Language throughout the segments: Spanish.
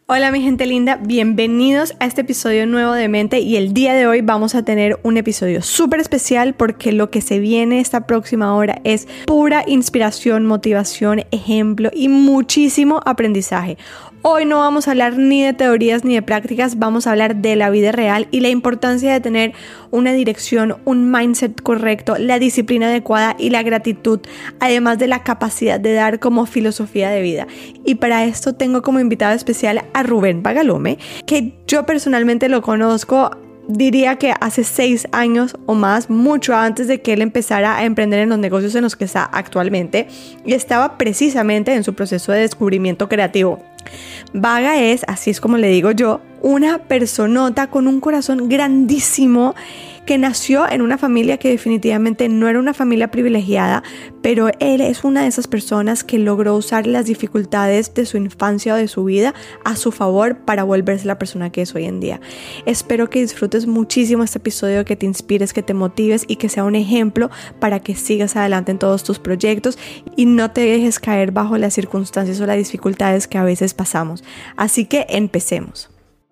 Hola mi gente linda, bienvenidos a este episodio nuevo de Mente y el día de hoy vamos a tener un episodio súper especial porque lo que se viene esta próxima hora es pura inspiración, motivación, ejemplo y muchísimo aprendizaje. Hoy no vamos a hablar ni de teorías ni de prácticas, vamos a hablar de la vida real y la importancia de tener una dirección, un mindset correcto, la disciplina adecuada y la gratitud, además de la capacidad de dar como filosofía de vida. Y para esto tengo como invitado especial a Rubén Vagalume, que yo personalmente lo conozco, diría que hace 6 años o más, mucho antes de que él empezara a emprender en los negocios en los que está actualmente, y estaba precisamente en su proceso de descubrimiento creativo. Vaga es, así es como le digo yo, una personota con un corazón grandísimo que nació en una familia que definitivamente no era una familia privilegiada, pero él es una de esas personas que logró usar las dificultades de su infancia o de su vida a su favor para volverse la persona que es hoy en día. Espero que disfrutes muchísimo este episodio, que te inspires, que te motives y que sea un ejemplo para que sigas adelante en todos tus proyectos y no te dejes caer bajo las circunstancias o las dificultades que a veces pasamos. Así que empecemos.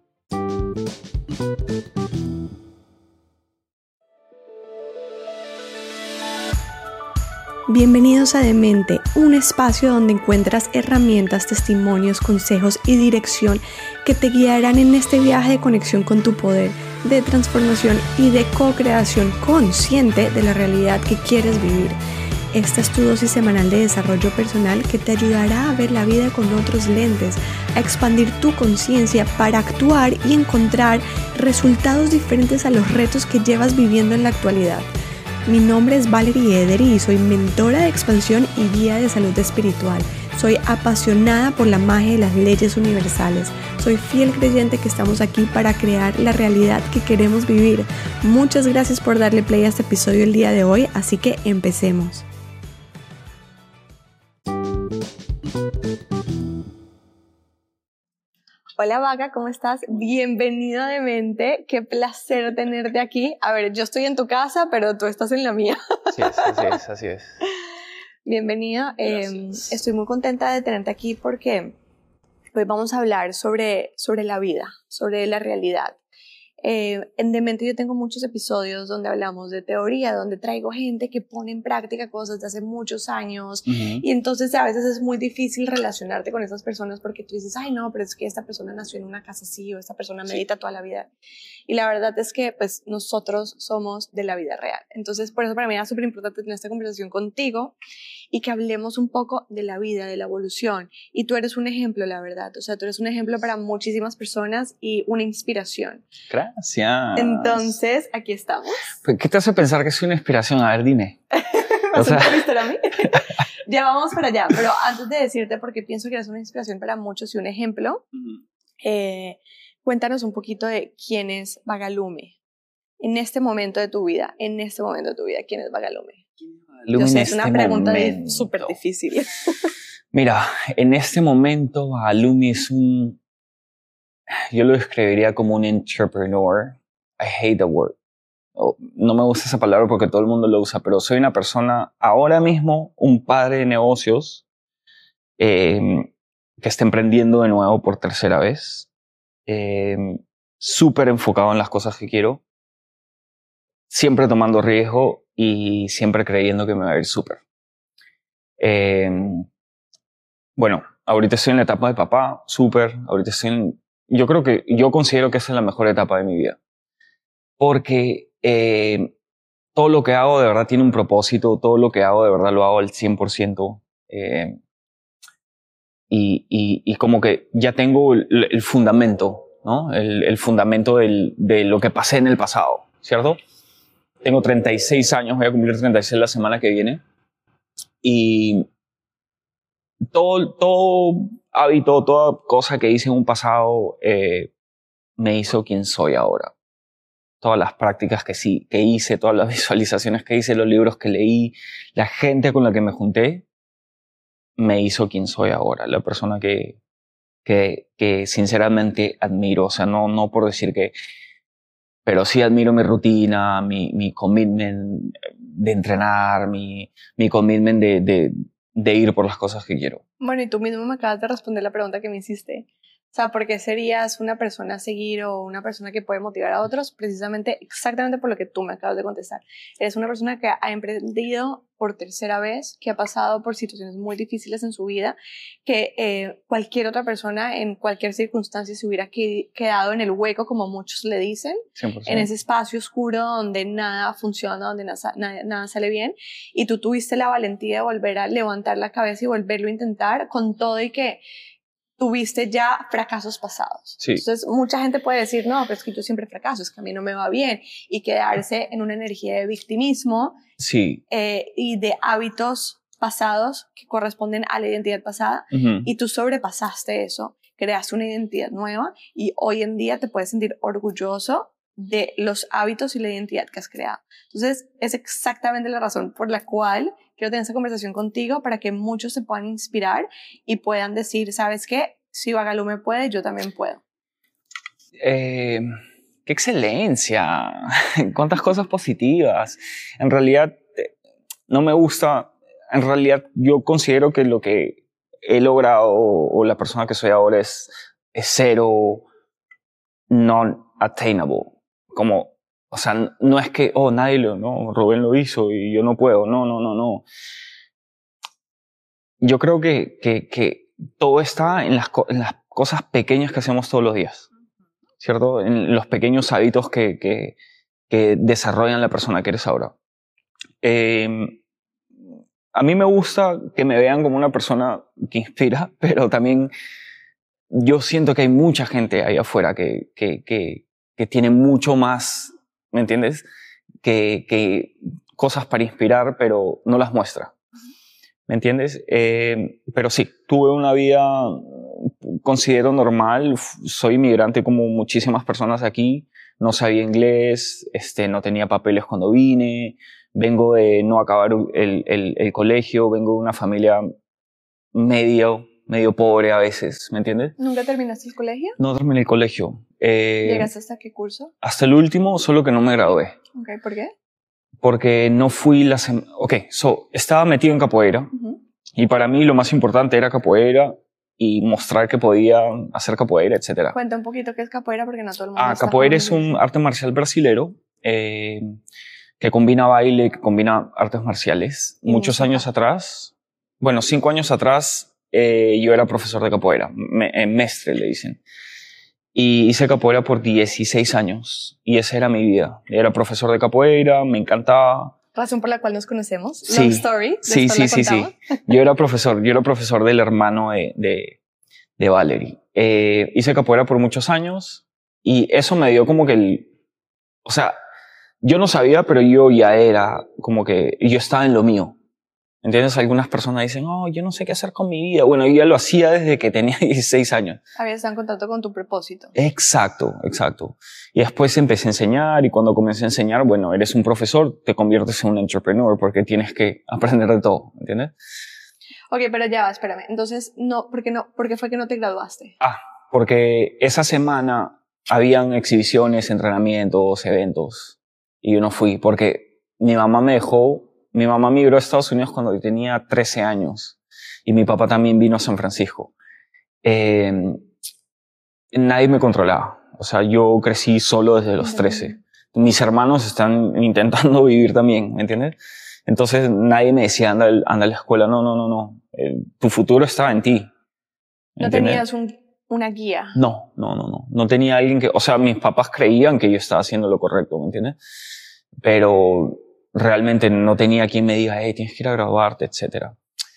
Bienvenidos a Demente, un espacio donde encuentras herramientas, testimonios, consejos y dirección que te guiarán en este viaje de conexión con tu poder, de transformación y de co-creación consciente de la realidad que quieres vivir. Esta es tu dosis semanal de desarrollo personal que te ayudará a ver la vida con otros lentes, a expandir tu conciencia para actuar y encontrar resultados diferentes a los retos que llevas viviendo en la actualidad. Mi nombre es Valerie Ederi y soy mentora de expansión y guía de salud espiritual. Soy apasionada por la magia de las leyes universales. Soy fiel creyente que estamos aquí para crear la realidad que queremos vivir. Muchas gracias por darle play a este episodio el día de hoy, así que empecemos. Hola Vaga, ¿cómo estás? Bienvenido a Demente, qué placer tenerte aquí. A ver, yo estoy en tu casa, pero tú estás en la mía. Así es. Bienvenido, estoy muy contenta de tenerte aquí porque hoy vamos a hablar sobre la vida, sobre la realidad. En Demente yo tengo muchos episodios donde hablamos de teoría, donde traigo gente que pone en práctica cosas de hace muchos años y entonces a veces es muy difícil relacionarte con esas personas porque tú dices, ay no, pero es que esta persona nació en una casa así o esta persona medita toda la vida. Y la verdad es que pues nosotros somos de la vida real. Entonces por eso para mí era súper importante tener esta conversación contigo y que hablemos un poco de la vida, de la evolución. Y tú eres un ejemplo, la verdad. O sea, tú eres un ejemplo para muchísimas personas y una inspiración. Gracias. Entonces, aquí estamos. ¿Qué te hace pensar que soy una inspiración? A ver, dime. ¿Vas a entrevistar a mí? Ya vamos para allá. Pero antes de decirte, porque pienso que eres una inspiración para muchos y un ejemplo, cuéntanos un poquito de quién es Vagalume. En este momento de tu vida, ¿quién es Vagalume? Yo sé, es una pregunta súper difícil. Mira, en este momento Vagalume es yo lo describiría como un entrepreneur. I hate the word. No me gusta esa palabra porque todo el mundo lo usa, pero soy una persona, ahora mismo, un padre de negocios que está emprendiendo de nuevo por tercera vez. Súper enfocado en las cosas que quiero. Siempre tomando riesgo y siempre creyendo que me va a ir súper. Bueno, ahorita estoy en la etapa de papá, súper. Ahorita yo considero que esa es la mejor etapa de mi vida. Porque todo lo que hago de verdad tiene un propósito, todo lo que hago de verdad lo hago al 100%. Y como que ya tengo el fundamento, ¿no? El fundamento de lo que pasé en el pasado, ¿cierto? Tengo 36 años, voy a cumplir 36 la semana que viene. Y todo hábito, toda cosa que hice en un pasado me hizo quien soy ahora. Todas las prácticas que hice, todas las visualizaciones que hice, los libros que leí, la gente con la que me junté, me hizo quien soy ahora. La persona que sinceramente admiro. O sea, no por decir que... Pero sí admiro mi rutina, mi commitment de entrenar, mi commitment de ir por las cosas que quiero. Bueno, y tú mismo me acabas de responder la pregunta que me hiciste. O sea, ¿por qué serías una persona a seguir o una persona que puede motivar a otros? Precisamente, exactamente por lo que tú me acabas de contestar. Eres una persona que ha emprendido por tercera vez, que ha pasado por situaciones muy difíciles en su vida, que cualquier otra persona en cualquier circunstancia se hubiera quedado en el hueco, como muchos le dicen, 100%. en ese espacio oscuro donde nada funciona, donde nada sale bien, y tú tuviste la valentía de volver a levantar la cabeza y volverlo a intentar con todo y que tuviste ya fracasos pasados. Sí. Entonces, mucha gente puede decir, no, pero es que yo siempre fracaso, es que a mí no me va bien, y quedarse en una energía de victimismo Sí. Y de hábitos pasados que corresponden a la identidad pasada, y tú sobrepasaste eso, creaste una identidad nueva, y hoy en día te puedes sentir orgulloso de los hábitos y la identidad que has creado. Entonces, es exactamente la razón por la cual quiero tener esta conversación contigo, para que muchos se puedan inspirar y puedan decir, ¿sabes qué? Si Bagalume puede, yo también puedo. ¡Qué excelencia! ¡Cuántas cosas positivas! En realidad, no me gusta. En realidad, yo considero que lo que he logrado o la persona que soy ahora es cero non-attainable. Como, o sea, no es que, nadie no, Rubén lo hizo y yo no puedo. No. Yo creo que todo está en las cosas pequeñas que hacemos todos los días, ¿cierto? En los pequeños hábitos que desarrollan la persona que eres ahora. A mí me gusta que me vean como una persona que inspira, pero también yo siento que hay mucha gente ahí afuera que tiene mucho más, ¿me entiendes? Que cosas para inspirar, pero no las muestra. ¿Me entiendes? Pero sí, tuve una vida, considero normal. Soy inmigrante como muchísimas personas aquí. No sabía inglés, no tenía papeles cuando vine. Vengo de no acabar el colegio. Vengo de una familia medio pobre a veces, ¿me entiendes? ¿Nunca terminaste el colegio? No terminé el colegio. ¿Llegaste hasta qué curso? Hasta el último, solo que no me gradué. Okay, ¿por qué? Porque no fui estaba metido en capoeira, y para mí lo más importante era capoeira y mostrar que podía hacer capoeira, etc. Cuenta un poquito qué es capoeira, porque no todo el mundo capoeira es un arte marcial brasilero que combina baile, que combina artes marciales. Muchos años atrás, 5 años atrás, yo era profesor de capoeira, mestre le dicen. Y hice capoeira por 16 años y esa era mi vida. Era profesor de capoeira, me encantaba. Razón por la cual nos conocemos. Sí. Long story. Sí. Yo era profesor del hermano de Valerie. Hice capoeira por muchos años y eso me dio como que yo no sabía, pero yo ya era como que yo estaba en lo mío. ¿Entiendes? Algunas personas dicen, yo no sé qué hacer con mi vida. Bueno, yo ya lo hacía desde que tenía 16 años. Habías estado en contacto con tu propósito. Exacto. Y después empecé a enseñar, y cuando comencé a enseñar, bueno, eres un profesor, te conviertes en un entrepreneur porque tienes que aprender de todo, ¿entiendes? Ok, pero ya va, espérame. Entonces, ¿por qué fue que no te graduaste? Porque esa semana habían exhibiciones, entrenamientos, eventos, y yo no fui porque mi mamá migró a Estados Unidos cuando yo tenía 13 años y mi papá también vino a San Francisco. Nadie me controlaba. O sea, yo crecí solo desde los 13. Mis hermanos están intentando vivir también, ¿me entiendes? Entonces nadie me decía, anda a la escuela. No. Tu futuro estaba en ti. ¿No tenías una guía? No. No tenía alguien que... O sea, mis papás creían que yo estaba haciendo lo correcto, ¿me entiendes? Pero realmente no tenía quien me diga, tienes que ir a graduarte, etc.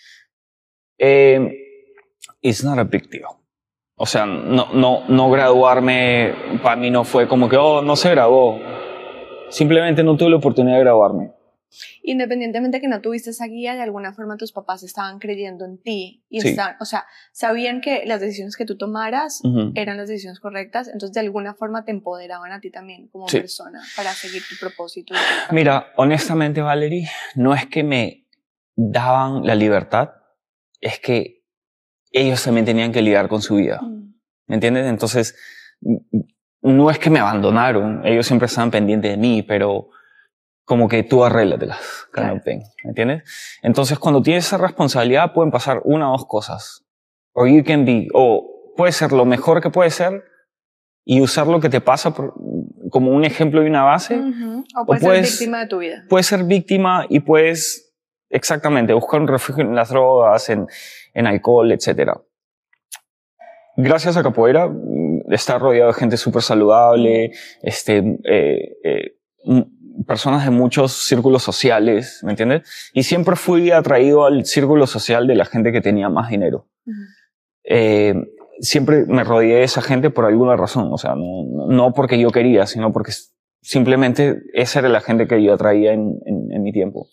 It's not a big deal. O sea, no graduarme para mí no fue como que, no se graduó. Simplemente no tuve la oportunidad de graduarme. Independientemente de que no tuviste esa guía, de alguna forma tus papás estaban creyendo en ti y sí. Sabían que las decisiones que tú tomaras eran las decisiones correctas, entonces de alguna forma te empoderaban a ti también como persona para seguir tu propósito. Mira, honestamente, Valerie, no es que me daban la libertad, es que ellos también tenían que lidiar con su vida. ¿Me entiendes? Entonces, no es que me abandonaron, ellos siempre estaban pendientes de mí, pero como que tú arréglatelas, kind of thing, ¿me entiendes? Entonces, cuando tienes esa responsabilidad, pueden pasar una o dos cosas. puede ser lo mejor que puede ser y usar lo que te pasa como un ejemplo y una base. O puedes ser víctima de tu vida. Puedes ser víctima y puedes, exactamente, buscar un refugio en las drogas, en alcohol, etc. Gracias a capoeira, está rodeado de gente súper saludable, personas de muchos círculos sociales, ¿me entiendes? Y siempre fui atraído al círculo social de la gente que tenía más dinero. Siempre me rodeé de esa gente por alguna razón, o sea, no porque yo quería, sino porque simplemente esa era la gente que yo atraía en mi tiempo.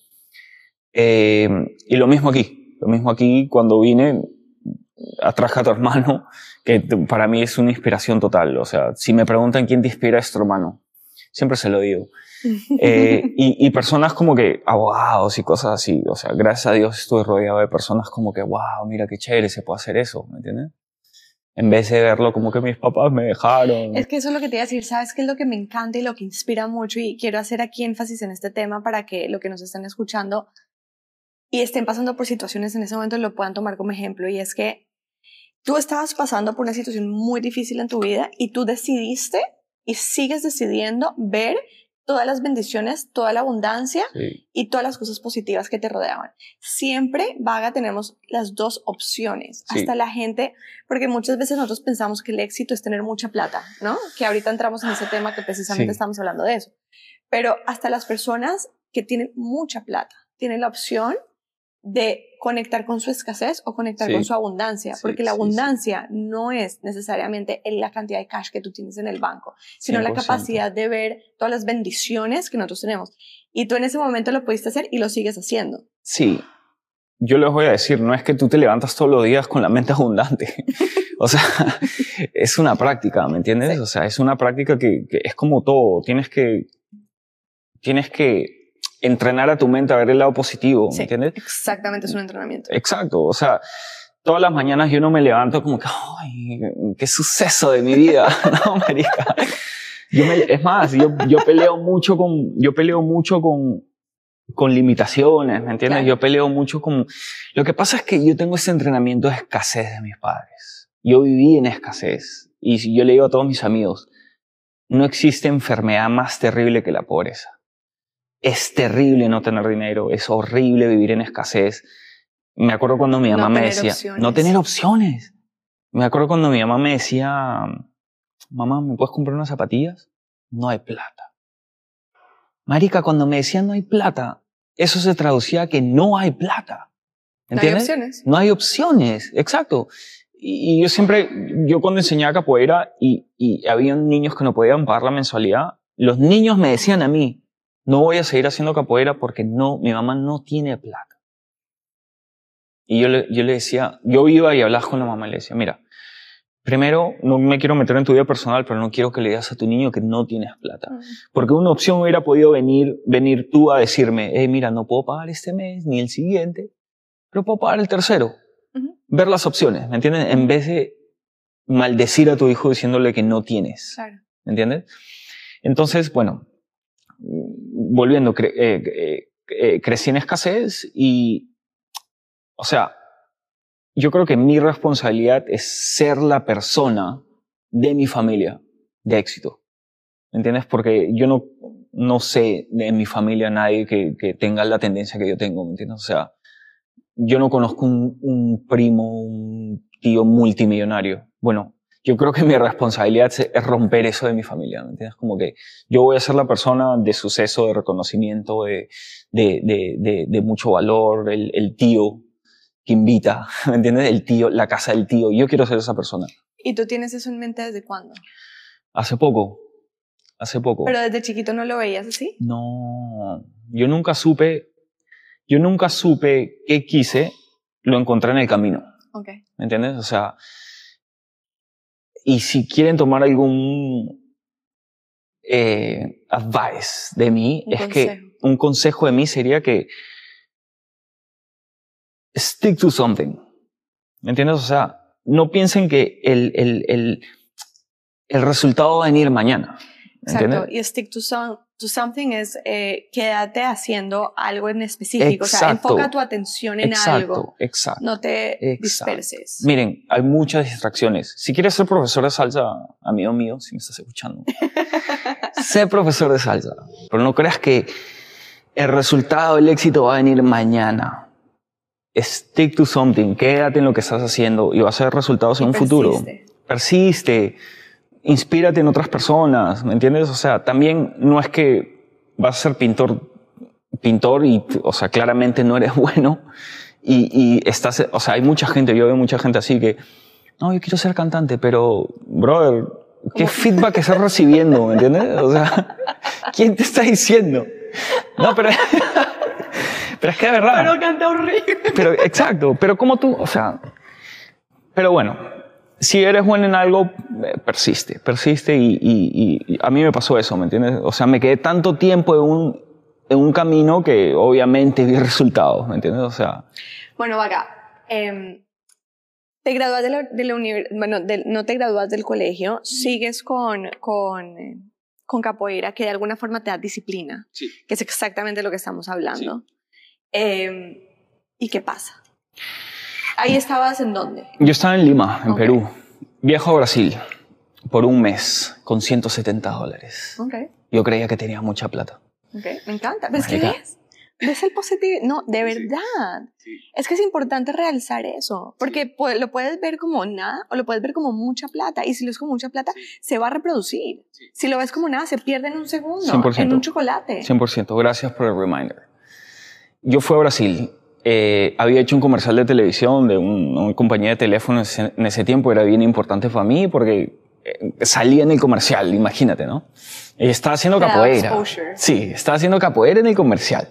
Y lo mismo aquí cuando vine, atraje a tu hermano, que para mí es una inspiración total. O sea, si me preguntan quién te inspira, es tu hermano. Siempre se lo digo. Y personas como que abogados y cosas así. O sea, gracias a Dios estuve rodeado de personas como que, wow, mira qué chévere, se puede hacer eso, ¿me entiendes? En vez de verlo como que mis papás me dejaron. Es que eso es lo que te iba a decir, ¿sabes qué es lo que me encanta y lo que inspira mucho? Y quiero hacer aquí énfasis en este tema para que lo que nos están escuchando y estén pasando por situaciones en ese momento lo puedan tomar como ejemplo. Y es que tú estabas pasando por una situación muy difícil en tu vida y tú decidiste y sigues decidiendo ver todas las bendiciones, toda la abundancia y todas las cosas positivas que te rodeaban. Siempre, Vaga, tenemos las dos opciones. Hasta la gente, porque muchas veces nosotros pensamos que el éxito es tener mucha plata, ¿no? Que ahorita entramos en ese tema que precisamente estamos hablando de eso. Pero hasta las personas que tienen mucha plata tienen la opción de conectar con su escasez o conectar con su abundancia, porque la abundancia no es necesariamente en la cantidad de cash que tú tienes en el banco, sino 100%. La capacidad de ver todas las bendiciones que nosotros tenemos. Y tú en ese momento lo pudiste hacer y lo sigues haciendo. Sí, yo les voy a decir, no es que tú te levantas todos los días con la mente abundante. O sea, es una práctica, ¿me entiendes? Sí. O sea, es una práctica que es como todo. Tienes que entrenar a tu mente a ver el lado positivo, ¿me entiendes? Exactamente, es un entrenamiento. Exacto, o sea, todas las mañanas yo no me levanto como que, ¡ay, qué suceso de mi vida! No, marica. Es más, yo peleo mucho con limitaciones, ¿me entiendes? Claro. Yo peleo mucho con... Lo que pasa es que yo tengo ese entrenamiento de escasez de mis padres. Yo viví en escasez y yo le digo a todos mis amigos, no existe enfermedad más terrible que la pobreza. Es terrible no tener dinero, es horrible vivir en escasez. Me acuerdo cuando mi mamá me decía, no tener opciones. Me acuerdo cuando mi mamá me decía, mamá, ¿me puedes comprar unas zapatillas? No hay plata. Marica, cuando me decían no hay plata, eso se traducía a que no hay plata. ¿Entiendes? No hay opciones. No hay opciones, exacto. Y yo cuando enseñaba capoeira y había niños que no podían pagar la mensualidad, los niños me decían a mí, no voy a seguir haciendo capoeira porque mi mamá no tiene plata. Y yo le decía, yo iba y hablaba con la mamá y le decía, mira, primero no me quiero meter en tu vida personal, pero no quiero que le digas a tu niño que no tienes plata. Porque una opción hubiera podido venir tú a decirme, mira, no puedo pagar este mes ni el siguiente, pero puedo pagar el tercero. Ver las opciones, ¿me entiendes? En vez de maldecir a tu hijo diciéndole que no tienes. Claro. ¿Me entiendes? Entonces, bueno, volviendo, crecí en escasez y, o sea, yo creo que mi responsabilidad es ser la persona de mi familia de éxito. ¿Me entiendes? Porque yo no sé de mi familia nadie que tenga la tendencia que yo tengo, ¿me entiendes? O sea, yo no conozco un primo, un tío multimillonario. Bueno, yo creo que mi responsabilidad es romper eso de mi familia, ¿me entiendes? Como que yo voy a ser la persona de suceso, de reconocimiento, de mucho valor, el tío que invita, ¿me entiendes? El tío, la casa del tío. Yo quiero ser esa persona. ¿Y tú tienes eso en mente desde cuándo? Hace poco. ¿Pero desde chiquito no lo veías así? No, yo nunca supe qué quise, lo encontré en el camino. Okay. ¿Me entiendes? O sea, y si quieren tomar algún advice de mí, un consejo de mí sería que stick to something. ¿Me entiendes? O sea, no piensen que el resultado va a venir mañana. Exacto, y stick to to something es quédate haciendo algo en específico. Exacto. O sea, enfoca tu atención en algo. Exacto. No te disperses. Miren, hay muchas distracciones. Si quieres ser profesor de salsa, amigo mío, si me estás escuchando, sé profesor de salsa. Pero no creas que el resultado, el éxito va a venir mañana. Stick to something. Quédate en lo que estás haciendo y vas a ver resultados en un futuro. Persiste. Inspírate en otras personas, ¿me entiendes? O sea, también no es que vas a ser pintor y, o sea, claramente no eres bueno y estás, o sea, hay mucha gente, yo veo mucha gente así que, no, yo quiero ser cantante, pero, brother, ¿qué feedback estás recibiendo? ¿Me entiendes? O sea, ¿quién te está diciendo? No, pero es que de verdad. Pero canta horrible. Pero, exacto, pero como tú, o sea, pero bueno. Si eres bueno en algo, persiste y a mí me pasó eso, ¿me entiendes? O sea, me quedé tanto tiempo en un camino que obviamente vi resultados, ¿me entiendes? O sea... Bueno, Vaga, te gradúas de la universidad, bueno, no te gradúas del colegio, sigues con capoeira, que de alguna forma te da disciplina, sí, que es exactamente lo que estamos hablando. Sí. ¿Y qué pasa? ¿Ahí estabas en dónde? Yo estaba en Lima, en Perú. Viajo a Brasil por un mes con $170. Okay. Yo creía que tenía mucha plata. Okay. Me encanta. ¿Ves qué ves? ¿Ves el positivo? No, de verdad. Sí. Es que es importante realzar eso, porque lo puedes ver como nada o lo puedes ver como mucha plata. Y si lo ves como mucha plata, se va a reproducir. Sí. Si lo ves como nada, se pierde en un segundo, 100%, en un chocolate. 100%. Gracias por el reminder. Yo fui a Brasil. Había hecho un comercial de televisión de una compañía de teléfonos en ese tiempo. Era bien importante para mí porque salía en el comercial, imagínate, ¿no? Estaba haciendo capoeira. Sí, estaba haciendo capoeira en el comercial.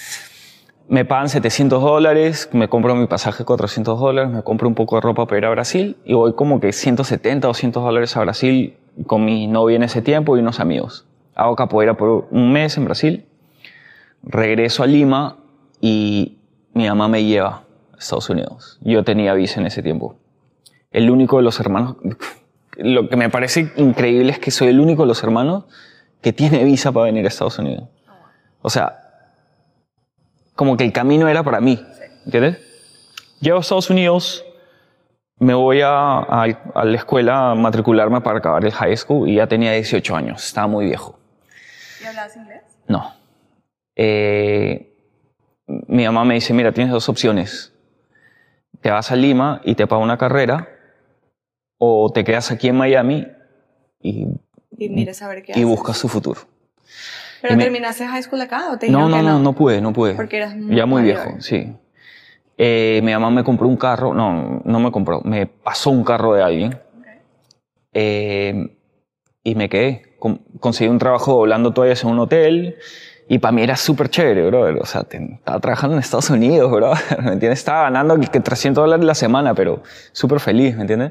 Me pagan $700, me compro mi pasaje $400, me compro un poco de ropa para ir a Brasil y voy como que $170, $200 a Brasil con mi novia en ese tiempo y unos amigos. Hago capoeira por un mes en Brasil, regreso a Lima y mi mamá me lleva a Estados Unidos. Yo tenía visa en ese tiempo. El único de los hermanos... Lo que me parece increíble es que soy el único de los hermanos que tiene visa para venir a Estados Unidos. O sea, como que el camino era para mí. ¿Entiendes? Llego a Estados Unidos, me voy a la escuela a matricularme para acabar el high school y ya tenía 18 años. Estaba muy viejo. ¿Y hablabas inglés? No. Mi mamá me dice, mira, tienes dos opciones. Te vas a Lima y te pago una carrera o te quedas aquí en Miami y miras a ver qué haces. Y buscas tu futuro. ¿Pero terminaste high school acá o te dijeron que no? No pude. Porque eras ya muy viejo, sí. Mi mamá me compró un carro, no me compró, me pasó un carro de alguien. Okay. Y me quedé. Conseguí un trabajo doblando toallas en un hotel. Y para mí era súper chévere, bro. O sea, estaba trabajando en Estados Unidos, bro. ¿Me entiendes? Estaba ganando que $300 la semana, pero súper feliz, ¿me entiendes?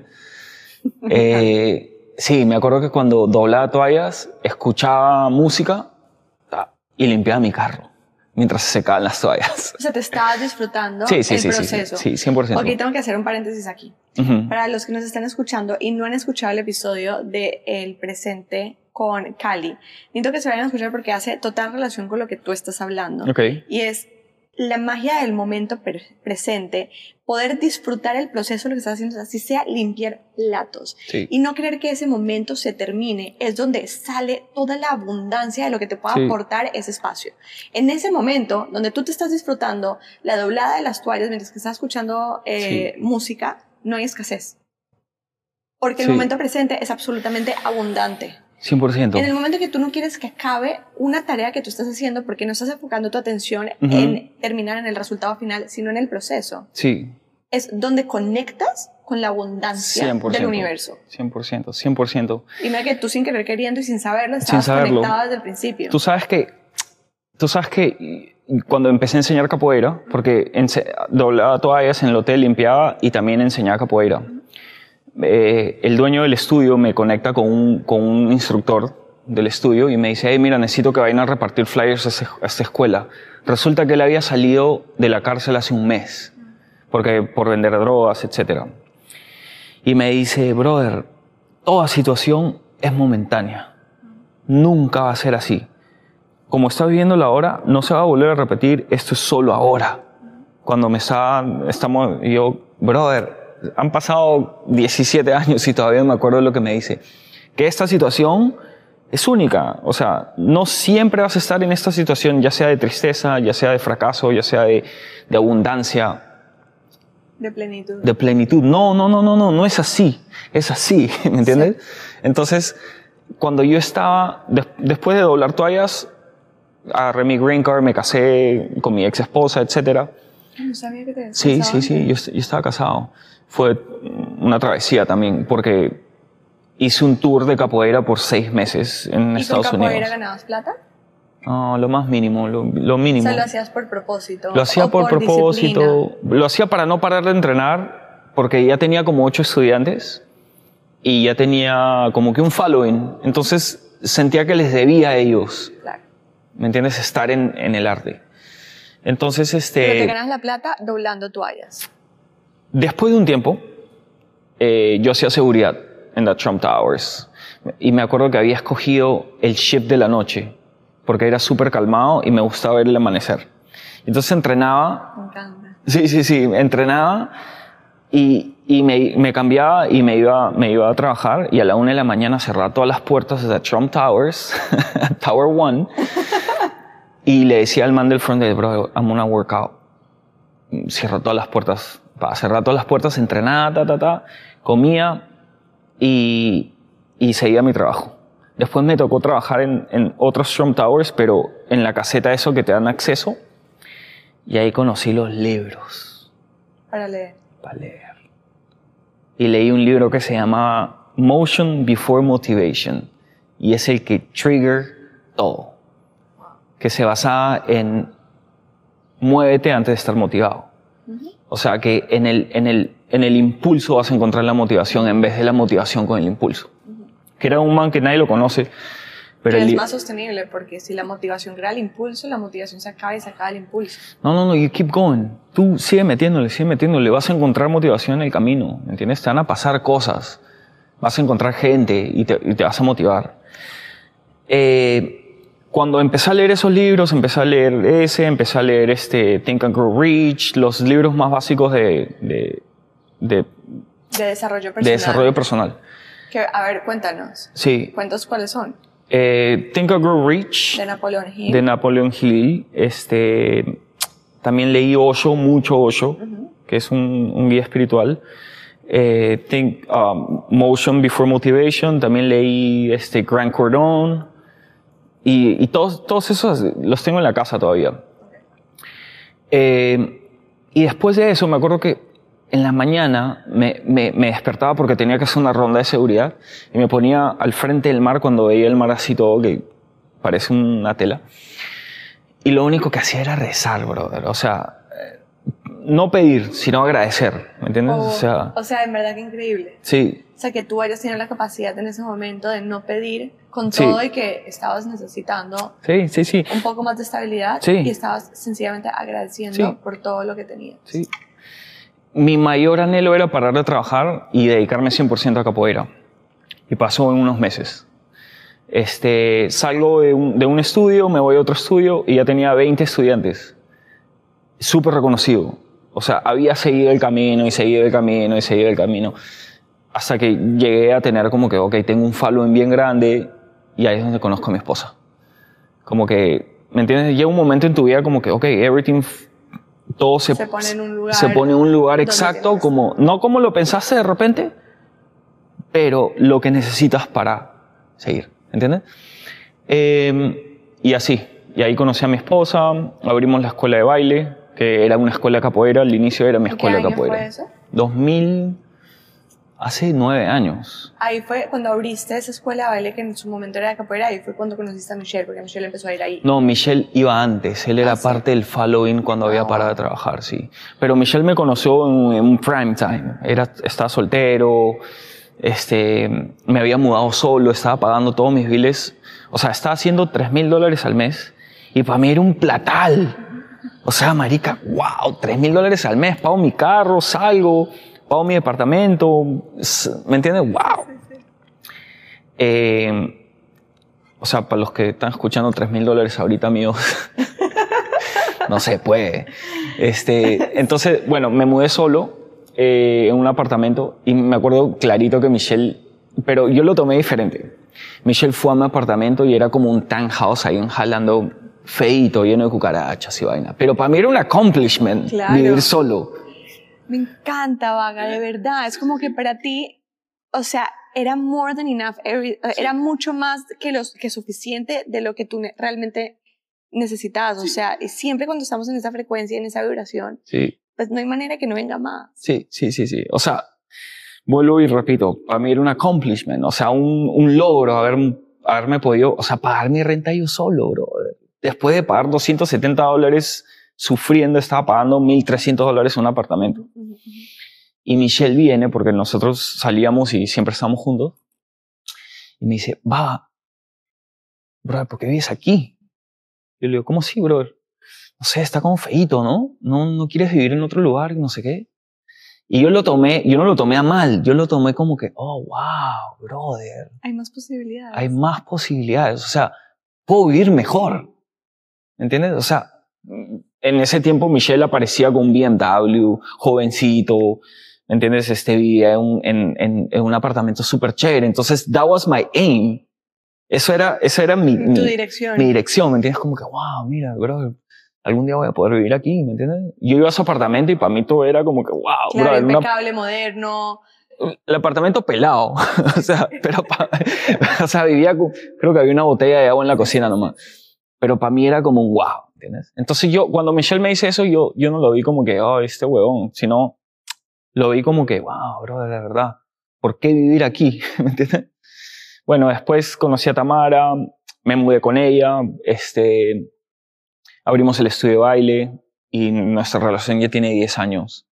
Sí, me acuerdo que cuando doblaba toallas, escuchaba música y limpiaba mi carro mientras se secaban las toallas. O sea, te estabas disfrutando el proceso. Sí, 100%. Ok, tengo que hacer un paréntesis aquí. Para los que nos están escuchando y no han escuchado el episodio de El Presente con Cali, necesito que se vayan a escuchar porque hace total relación con lo que tú estás hablando. Okay. Y es la magia del momento presente, poder disfrutar el proceso de lo que estás haciendo, así sea limpiar platos. Sí. Y no creer que ese momento se termine, es donde sale toda la abundancia de lo que te pueda aportar ese espacio. En ese momento, donde tú te estás disfrutando la doblada de las toallas mientras que estás escuchando música, no hay escasez. Porque el momento presente es absolutamente abundante. 100%. En el momento que tú no quieres que acabe una tarea que tú estás haciendo porque no estás enfocando tu atención en terminar en el resultado final, sino en el proceso. Sí. Es donde conectas con la abundancia 100%, del universo. 100%. Y mira que tú sin querer queriendo y sin saberlo, estabas conectado desde el principio. Tú sabes que cuando empecé a enseñar capoeira, porque doblaba toallas en el hotel, limpiaba y también enseñaba capoeira. El dueño del estudio me conecta con un instructor del estudio y me dice, hey, mira, necesito que vayan a repartir flyers a esta escuela. Resulta que él había salido de la cárcel hace un mes por vender drogas, etc. Y me dice, brother, toda situación es momentánea. Nunca va a ser así. como estás viviendo la hora, no se va a volver a repetir, esto es solo ahora. Cuando yo, brother, han pasado 17 años y todavía me acuerdo de lo que me dice. Que esta situación es única. O sea, no siempre vas a estar en esta situación, ya sea de tristeza, ya sea de fracaso, ya sea de abundancia. De plenitud. De plenitud. No es así. Es así, ¿me entiendes? Sí. Entonces, cuando yo estaba, después de doblar toallas, agarré mi green card, me casé con mi ex esposa, etc. No sabía que te Sí, yo estaba casado. Fue una travesía también, porque hice un tour de capoeira por 6 meses en Estados Unidos. ¿Y con capoeira ganabas plata? No, lo más mínimo, lo mínimo. O sea, lo hacías por propósito. Lo hacía por propósito. Disciplina. Lo hacía para no parar de entrenar, porque ya tenía como 8 estudiantes y ya tenía como que un following. Entonces sentía que les debía a ellos. Claro. ¿Me entiendes? Estar en el arte. Entonces, Pero te ganas la plata doblando toallas. Después de un tiempo, yo hacía seguridad en la Trump Towers. Y me acuerdo que había escogido el shift de la noche, porque era súper calmado y me gustaba ver el amanecer. Entonces entrenaba. Me encanta. Sí, entrenaba y me cambiaba y me iba a trabajar, y a la 1 de la mañana cerraba todas las puertas de la Trump Towers, Tower 1, y le decía al man del front desk, bro, I'm gonna work out. Cierro todas las puertas, cerrar todas las puertas, entrenaba, comía y seguía mi trabajo. Después me tocó trabajar en otros Trump Towers, pero en la caseta eso que te dan acceso. Y ahí conocí los libros. Para leer. Y leí un libro que se llama Motion Before Motivation. Y es el que trigger todo. Que se basaba en muévete antes de estar motivado. O sea que en el impulso vas a encontrar la motivación en vez de la motivación con el impulso. Que era un man que nadie lo conoce. Pero es más sostenible, porque si la motivación crea el impulso, la motivación se acaba y se acaba el impulso. No, you keep going. Tú sigue metiéndole. Vas a encontrar motivación en el camino, ¿me entiendes? Te van a pasar cosas. Vas a encontrar gente y te vas a motivar. Cuando empecé a leer esos libros, empecé a leer Think and Grow Rich, los libros más básicos de desarrollo personal. De desarrollo personal. Que, a ver, cuéntanos. Sí. Cuéntanos cuáles son. Think and Grow Rich. De Napoleon Hill. De Napoleon Hill. También leí mucho Osho, que es un guía espiritual. Motion Before Motivation. También leí Grant Cardone. Y todos esos los tengo en la casa todavía. Y después de eso me acuerdo que en la mañana me despertaba porque tenía que hacer una ronda de seguridad y me ponía al frente del mar cuando veía el mar así todo que parece una tela. Y lo único que hacía era rezar, brother. O sea, no pedir, sino agradecer, ¿me entiendes? O sea, en verdad que increíble. Sí. O sea, que tú hayas tenido la capacidad en ese momento de no pedir con todo y que estabas necesitando un poco más de estabilidad y estabas sencillamente agradeciendo por todo lo que tenías. Sí. Mi mayor anhelo era parar de trabajar y dedicarme 100% a capoeira. Y pasó en unos meses. Salgo de un estudio, me voy a otro estudio y ya tenía 20 estudiantes. Súper reconocido. O sea, había seguido el camino y seguido el camino y seguido el camino. Hasta que llegué a tener como que, ok, tengo un following bien grande y ahí es donde conozco a mi esposa. Como que, ¿me entiendes? Llega un momento en tu vida como que, ok, everything, todo se pone en un lugar. Se pone en un lugar exacto, como, no como lo pensaste de repente, pero lo que necesitas para seguir, ¿entiendes? Y así. Y ahí conocí a mi esposa, abrimos la escuela de baile, que era una escuela de capoeira, al inicio era mi escuela de capoeira. ¿Qué año fue eso? Hace 9 años. Ahí fue cuando abriste esa escuela de baile que en su momento era de capoeira, ahí fue cuando conociste a Michelle, porque Michelle empezó a ir ahí. No, Michelle iba antes, él era parte del following cuando había parado de trabajar, sí. Pero Michelle me conoció en un prime time, estaba soltero, me había mudado solo, estaba pagando todos mis biles, o sea, estaba haciendo $3,000 al mes y para mí era un platal. O sea, marica, wow, $3,000 al mes, pago mi carro, salgo, pago mi departamento, ¿me entiendes? ¡Wow! O sea, para los que están escuchando, $3,000 ahorita míos, no se puede. Entonces, bueno, me mudé solo en un apartamento y me acuerdo clarito que Michelle, pero yo lo tomé diferente. Michelle fue a mi apartamento y era como un townhouse ahí en Jalando, feíto, lleno de cucarachas y vaina. Pero para mí era un accomplishment vivir solo. Me encanta, Vaga, de verdad. Es como que para ti, o sea, era more than enough. Era mucho más que suficiente de lo que tú realmente necesitabas. O sea, y siempre cuando estamos en esa frecuencia, en esa vibración, pues no hay manera que no venga más. Sí. O sea, vuelvo y repito, para mí era un accomplishment. O sea, un logro haberme podido, o sea, pagar mi renta yo solo, brother. Después de pagar $270 sufriendo, estaba pagando $1,300 en un apartamento. Y Michelle viene, porque nosotros salíamos y siempre estábamos juntos, y me dice, va, brother, ¿por qué vives aquí? Yo le digo, ¿cómo así, brother? No sé, está como feíto, ¿no? No quieres vivir en otro lugar, no sé qué. Y yo no lo tomé a mal, yo lo tomé como que, oh, wow, brother. Hay más posibilidades. Hay más posibilidades, o sea, puedo vivir mejor. ¿Entiendes? O sea, en ese tiempo Michelle aparecía con un BMW, jovencito, ¿entiendes? Vivía en un apartamento súper chévere. Entonces, that was my aim. Eso era tu dirección. Mi dirección, ¿me entiendes? Como que, wow, mira, bro, algún día voy a poder vivir aquí, ¿me entiendes? Yo iba a su apartamento y para mí todo era como que, wow. Claro, bro, impecable, moderno. El apartamento pelado, o sea, pero o sea, creo que había una botella de agua en la cocina nomás. Pero para mí era como wow, ¿entiendes? Entonces cuando Michelle me dice eso, yo no lo vi como que, oh, este huevón, sino lo vi como que, wow, bro, de verdad, ¿por qué vivir aquí? ¿Me entiendes? Bueno, después conocí a Tamara, me mudé con ella, abrimos el estudio de baile y nuestra relación ya tiene 10 años.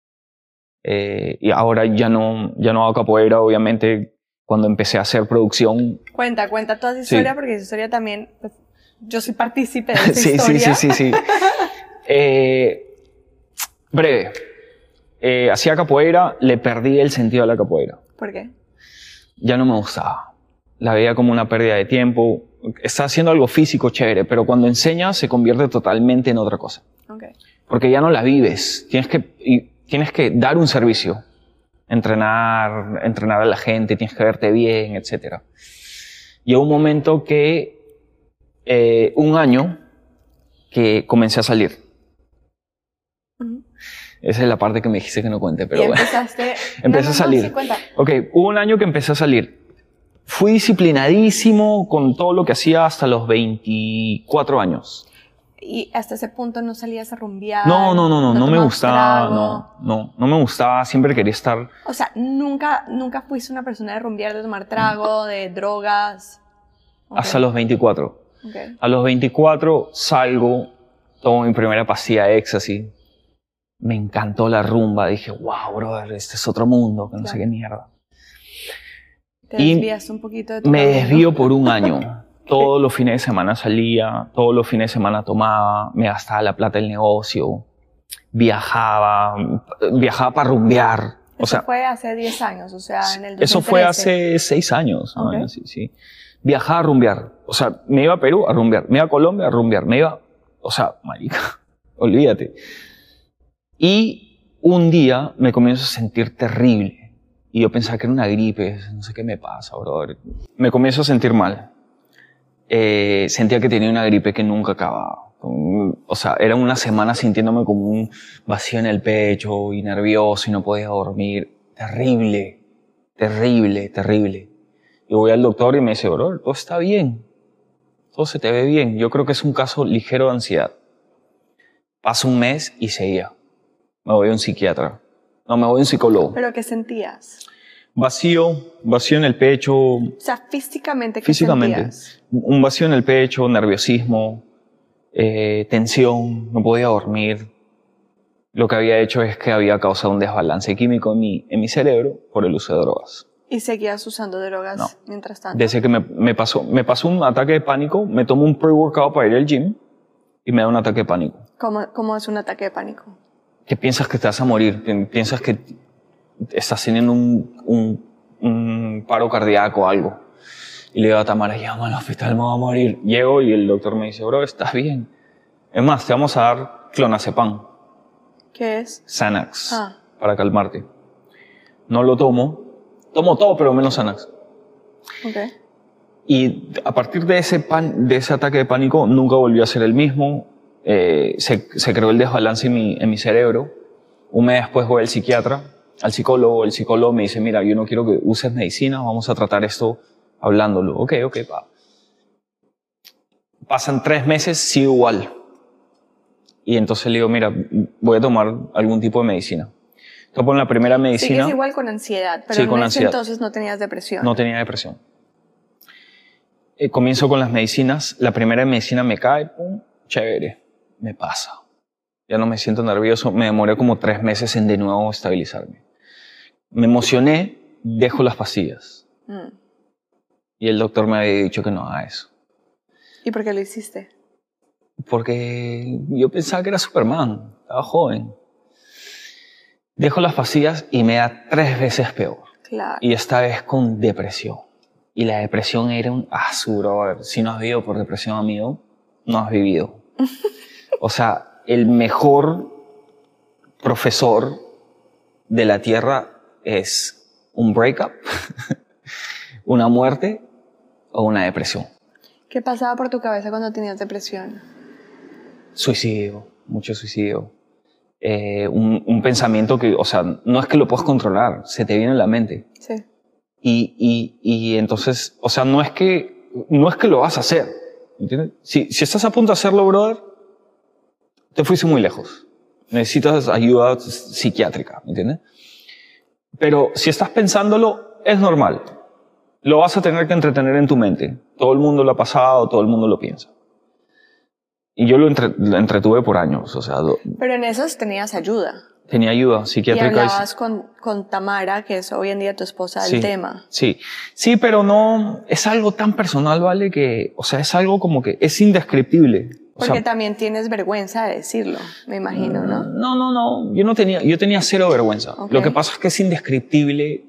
Y ahora ya no hago capoeira, obviamente, cuando empecé a hacer producción. Cuenta toda esa historia, porque esa historia también, pues, yo soy partícipe de esa historia. Sí. Breve. Hacía capoeira, le perdí el sentido a la capoeira. ¿Por qué? Ya no me gustaba. La veía como una pérdida de tiempo. Está haciendo algo físico chévere, pero cuando enseñas se convierte totalmente en otra cosa. Okay. Porque ya no la vives. Tienes que dar un servicio. Entrenar a la gente, tienes que verte bien, etc. Llegó un momento que un año que comencé a salir. Esa es la parte que me dijiste que no cuente, pero bueno. Empecé a salir. Sí, cuenta. Ok, hubo un año que empecé a salir. Fui disciplinadísimo con todo lo que hacía hasta los 24 años. ¿Y hasta ese punto no salías a rumbear? No me gustaba, no me gustaba, siempre quería estar... O sea, ¿nunca fuiste una persona de rumbear, de tomar trago, de drogas? Okay. Hasta los 24. Okay. A los 24 salgo, tomo mi primera pastilla de éxtasis. Me encantó la rumba, dije, wow, brother, este es otro mundo, que no sé qué mierda. Te desvías un poquito de tu Me camino. desvío por un año. Todos los fines de semana salía, todos los fines de semana tomaba, me gastaba la plata del negocio, viajaba para rumbear. Eso fue hace 10 años, o sea, en el 2013. Eso fue hace 6 años. Okay. ¿No? Sí. Viajaba a rumbear. O sea, me iba a Perú a rumbear, me iba a Colombia a rumbear, o sea, marica, olvídate. Y un día me comienzo a sentir terrible. Y yo pensaba que era una gripe, no sé qué me pasa, brother. Me comienzo a sentir mal. Sentía que tenía una gripe que nunca acababa. O sea, era una semana sintiéndome como un vacío en el pecho y nervioso y no podía dormir. Terrible. Y voy al doctor y me dice, brother, todo está bien. Todo se te ve bien. Yo creo que es un caso ligero de ansiedad. Pasa un mes y seguía. Me voy a un psiquiatra. No, me voy a un psicólogo. ¿Pero qué sentías? Vacío en el pecho. O sea, físicamente, ¿qué sentías? Un vacío en el pecho, nerviosismo, tensión, no podía dormir. Lo que había hecho es que había causado un desbalance químico en mi cerebro por el uso de drogas. ¿Y seguías usando drogas mientras tanto? Desde que me pasó un ataque de pánico, me tomo un pre-workout para ir al gym y me da un ataque de pánico. ¿Cómo es un ataque de pánico? Que piensas que te vas a morir, piensas que estás teniendo un paro cardíaco o algo. Y le digo a Tamara, llama al hospital, me voy a morir. Llego y el doctor me dice, bro, estás bien. Es más, te vamos a dar clonazepam. ¿Qué es? Xanax, para calmarte. No lo tomo. Tomo todo, pero menos Xanax. Okay. Y a partir de ese ataque de pánico, nunca volvió a ser el mismo. Se creó el desbalance en mi cerebro. Un mes después voy al psiquiatra, al psicólogo. El psicólogo me dice, mira, yo no quiero que uses medicina, vamos a tratar esto hablándolo. Ok, pa. Pasan 3 meses, sigo igual. Y entonces le digo, mira, voy a tomar algún tipo de medicina. Tomo la primera medicina. Sigues igual con ansiedad, pero sí, con ansiedad. Entonces no tenías depresión. No tenía depresión. Comienzo con las medicinas. La primera medicina me cae, pum, chévere, me pasa. Ya no me siento nervioso. Me demoré como 3 meses en de nuevo estabilizarme. Me emocioné, dejo las pastillas. Y el doctor me había dicho que no haga eso. ¿Y por qué lo hiciste? Porque yo pensaba que era Superman, estaba joven. Dejo las pastillas y me da 3 veces peor. Claro. Y esta vez con depresión. Y la depresión era un brother. Si no has vivido por depresión, amigo, no has vivido. O sea, el mejor profesor de la Tierra es un breakup, una muerte o una depresión. ¿Qué pasaba por tu cabeza cuando tenías depresión? Suicidio, mucho suicidio. Un pensamiento que, o sea, no es que lo puedas controlar, se te viene a la mente. Sí. Y entonces, o sea, no es que lo vas a hacer, ¿entiendes? Si estás a punto de hacerlo, brother, te fuiste muy lejos. Necesitas ayuda psiquiátrica, ¿entiendes? Pero si estás pensándolo, es normal. Lo vas a tener que entretener en tu mente. Todo el mundo lo ha pasado, todo el mundo lo piensa. Y yo lo entretuve por años, o sea... Pero en esos tenías ayuda. Tenía ayuda psiquiátrica. Y hablabas con Tamara, que es hoy en día tu esposa, del tema. Sí, pero no... Es algo tan personal, ¿vale? Que, o sea, es algo como que es indescriptible. Porque también tienes vergüenza de decirlo, me imagino, ¿no? No. Yo tenía 0 vergüenza. Okay. Lo que pasa es que es indescriptible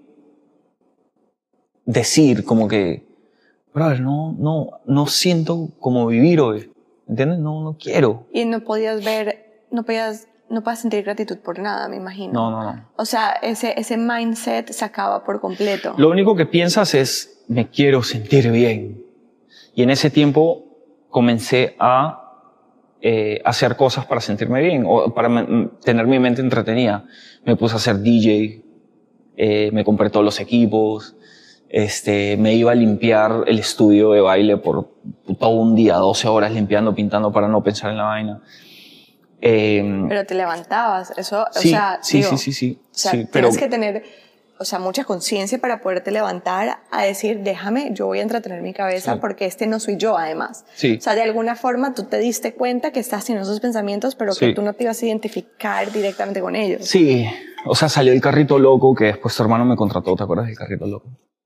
decir como que... Brother, no siento como vivir hoy. ¿Entiendes? No quiero. Y no podías sentir gratitud por nada, me imagino. No. O sea, ese mindset se acaba por completo. Lo único que piensas es, me quiero sentir bien. Y en ese tiempo comencé a hacer cosas para sentirme bien, o para tener mi mente entretenida. Me puse a hacer DJ, me compré todos los equipos, me iba a limpiar el estudio de baile por todo un día, 12 horas limpiando, pintando para no pensar en la vaina. Pero te levantabas, eso, sí, o sea, sí. O sea, sí, tienes que tener, o sea, mucha conciencia para poderte levantar a decir, déjame, yo voy a entretener mi cabeza porque no soy yo, además. Sí. O sea, de alguna forma tú te diste cuenta que estás teniendo esos pensamientos, pero que tú no te ibas a identificar directamente con ellos. Sí, o sea, salió el carrito loco que después tu hermano me contrató, ¿te acuerdas del carrito loco?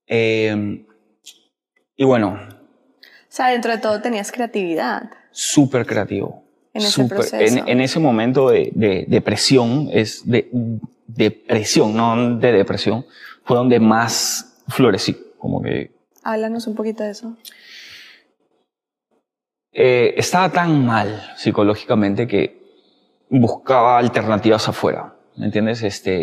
Y bueno. O sea, dentro de todo tenías creatividad. Súper creativo. En ese proceso. En ese momento de depresión, depresión, no de depresión, fue donde más florecí. Como que... Háblanos un poquito de eso. Estaba tan mal psicológicamente que buscaba alternativas afuera. ¿Me entiendes?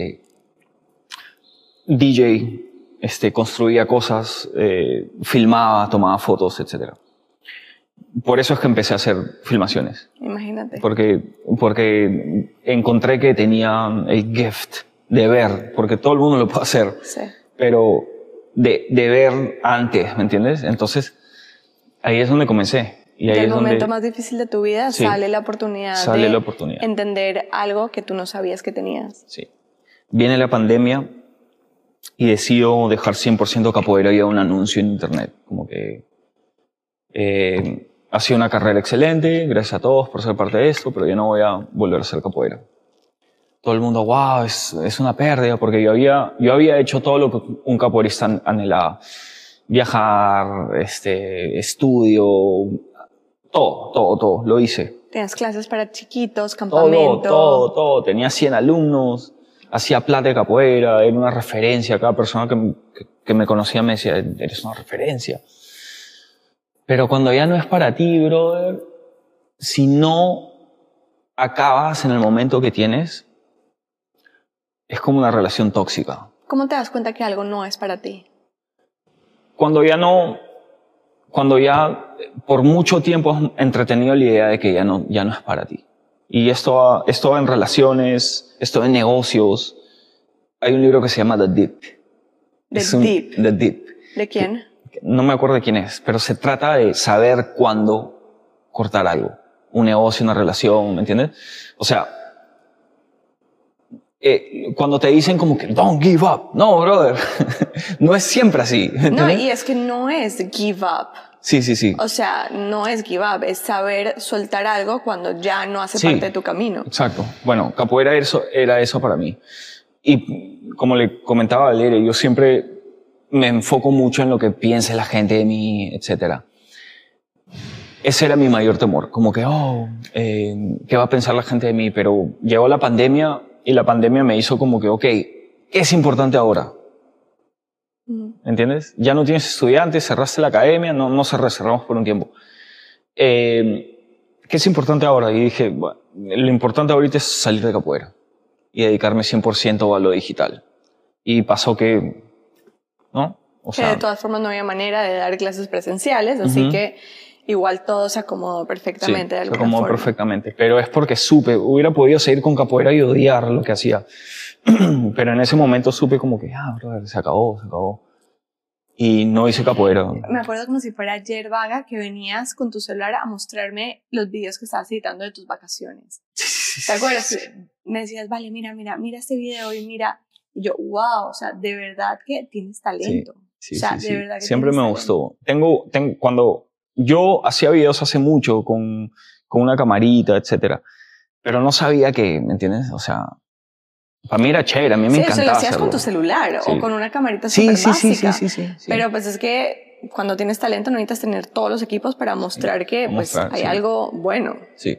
DJ, construía cosas, filmaba, tomaba fotos, etc. Por eso es que empecé a hacer filmaciones. Imagínate. Porque encontré que tenía el gift de ver, porque todo el mundo lo puede hacer. Sí. Pero de ver antes, ¿me entiendes? Entonces, ahí es donde comencé. Y ahí en el es momento donde, más difícil de tu vida sale la oportunidad de entender algo que tú no sabías que tenías. Sí. Viene la pandemia y decido dejar 100% capoeira y a un anuncio en internet. Como que ha sido una carrera excelente, gracias a todos por ser parte de esto, pero yo no voy a volver a hacer capoeira. Todo el mundo, wow, es una pérdida, porque yo había hecho todo lo que un capoeirista anhelaba. Viajar, estudio, todo, lo hice. Tenías clases para chiquitos, campamentos. Todo. Tenía 100 alumnos, hacía plata de capoeira, era una referencia. Cada persona que me conocía me decía, eres una referencia. Pero cuando ya no es para ti, brother, si no acabas en el momento que tienes, es como una relación tóxica. ¿Cómo te das cuenta que algo no es para ti? Cuando ya por mucho tiempo has entretenido la idea de que ya no es para ti. Y esto va en relaciones, esto en negocios. Hay un libro que se llama The Deep. The Deep. ¿De quién? No me acuerdo de quién es, pero se trata de saber cuándo cortar algo. Un negocio, una relación, ¿me entiendes? O sea, cuando te dicen como que don't give up. No, brother. No es siempre así. ¿Me entiendes? No, y es que no es give up. Sí. O sea, no es give up, es saber soltar algo cuando ya no hace parte de tu camino. Exacto. Bueno, capoeira era eso para mí. Y como le comentaba a Valeria, yo siempre me enfoco mucho en lo que piense la gente de mí, etc. Ese era mi mayor temor, como que, ¿qué va a pensar la gente de mí? Pero llegó la pandemia y la pandemia me hizo como que, ok, ¿qué es importante ahora? ¿Entiendes? Ya no tienes estudiantes, cerraste la academia, no cerramos por un tiempo. ¿Qué es importante ahora? Y dije, bueno, lo importante ahorita es salir de capoeira y dedicarme 100% a lo digital. Y pasó que, ¿no? O sea, de todas formas no había manera de dar clases presenciales, así que igual todo se acomodó perfectamente. Sí, se acomodó perfectamente. Pero es porque hubiera podido seguir con capoeira y odiar lo que hacía. Pero en ese momento supe como que, brother, se acabó. Y no hice capoeira. Me acuerdo como si fuera ayer, Vaga, que venías con tu celular a mostrarme los videos que estabas editando de tus vacaciones. ¿Te acuerdas? Sí. Me decías, vale, mira este video y mira. Y yo, wow, o sea, de verdad que tienes talento. Sí, o sea, de verdad que siempre me talento. gustó. Cuando yo hacía videos hace mucho con una camarita, etcétera, pero no sabía que, ¿me entiendes? O sea, para mí era chévere, a mí me encantaba eso lo hacías hacerlo. con tu celular o con una camarita súper básica. Sí. Pero pues es que cuando tienes talento no necesitas tener todos los equipos para mostrar que pues hay algo bueno. Sí.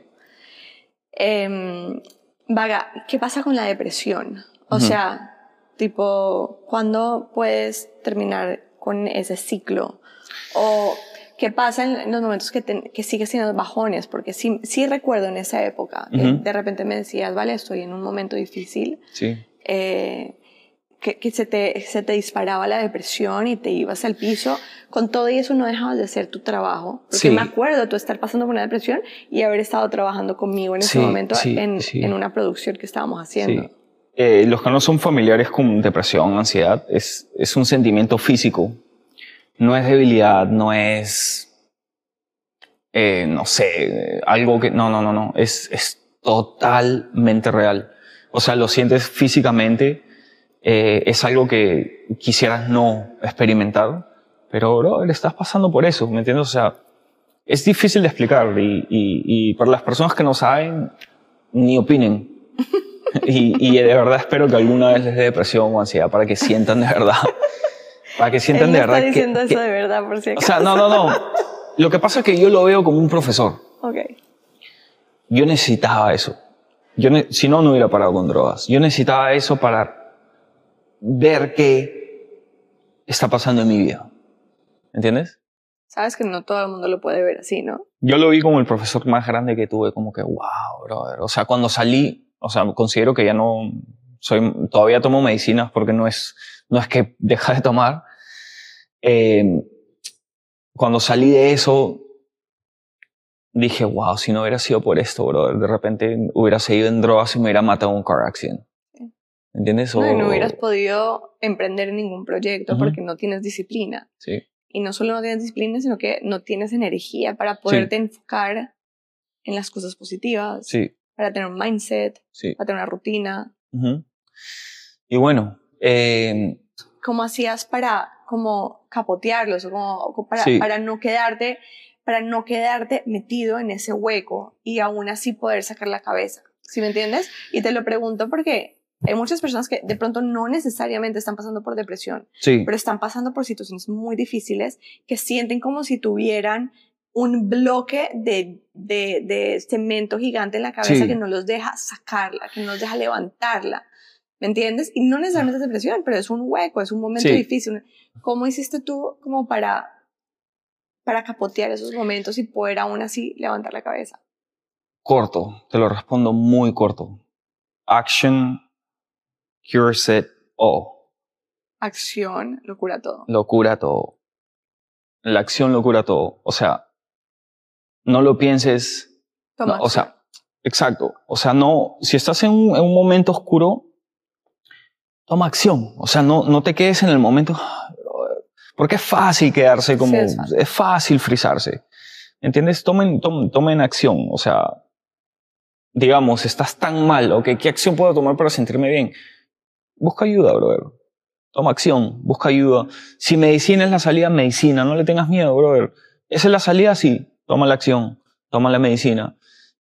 Vaga, ¿qué pasa con la depresión? O sea, tipo, ¿cuándo puedes terminar con ese ciclo? O ¿qué pasa en los momentos que sigues teniendo bajones? Porque sí recuerdo en esa época que de repente me decías, vale, estoy en un momento difícil. Sí. Que se te disparaba la depresión y te ibas al piso. Con todo y eso no dejabas de hacer tu trabajo. Porque me acuerdo tú estar pasando por una depresión y haber estado trabajando conmigo en ese momento en una producción que estábamos haciendo. Sí. Los que no son familiares con depresión, ansiedad, es un sentimiento físico. No es debilidad, no es, no sé, algo que... No. Es totalmente real. O sea, lo sientes físicamente. Es algo que quisieras no experimentar, pero bro, le estás pasando por eso, ¿me entiendes? O sea, es difícil de explicar y para las personas que no saben, ni opinen. Y de verdad espero que alguna vez les dé depresión o ansiedad para que sientan de verdad. Para que sientan de verdad. Está diciendo eso de verdad, por si acaso. O sea, no. Lo que pasa es que yo lo veo como un profesor. Okay. Yo necesitaba eso. Si no hubiera parado con drogas. Yo necesitaba eso para ver qué está pasando en mi vida. ¿Entiendes? Sabes que no todo el mundo lo puede ver así, ¿no? Yo lo vi como el profesor más grande que tuve, como que, wow, brother. O sea, cuando salí, o sea, considero que ya no todavía tomo medicinas porque no es que deja de tomar. Cuando salí de eso, dije, wow, si no hubiera sido por esto, brother, de repente hubiera seguido en drogas y me hubiera matado en un car accident. ¿Entiendes? No hubieras podido emprender ningún proyecto porque no tienes disciplina. Sí. Y no solo no tienes disciplina, sino que no tienes energía para poderte enfocar en las cosas positivas. Sí. Para tener un mindset, para tener una rutina. Y bueno... ¿Cómo hacías para como capotearlos? O para no quedarte metido en ese hueco y aún así poder sacar la cabeza. ¿Sí me entiendes? Y te lo pregunto porque hay muchas personas que de pronto no necesariamente están pasando por depresión, pero están pasando por situaciones muy difíciles que sienten como si tuvieran un bloque de cemento gigante en la cabeza que no los deja sacarla, que no los deja levantarla. ¿Me entiendes? Y no necesariamente es depresión, pero es un hueco, es un momento difícil. ¿Cómo hiciste tú como para para capotear esos momentos y poder aún así levantar la cabeza? Corto, te lo respondo muy corto. Action cures it all. Acción, locura todo. Lo cura todo. La acción lo cura todo. O sea, no lo pienses. Toma No, o acción. sea, exacto. O sea, no, si estás en un momento oscuro, toma acción. O sea, no te quedes en el momento. Porque es fácil quedarse como. Sí, es fácil frizarse. ¿Entiendes? Tomen acción. O sea, digamos, estás tan mal. ¿Ok? ¿Qué acción puedo tomar para sentirme bien? Busca ayuda, brother. Toma acción, busca ayuda. Si medicina es la salida, medicina. No le tengas miedo, brother. ¿Esa es la salida? Sí. Toma la acción. Toma la medicina.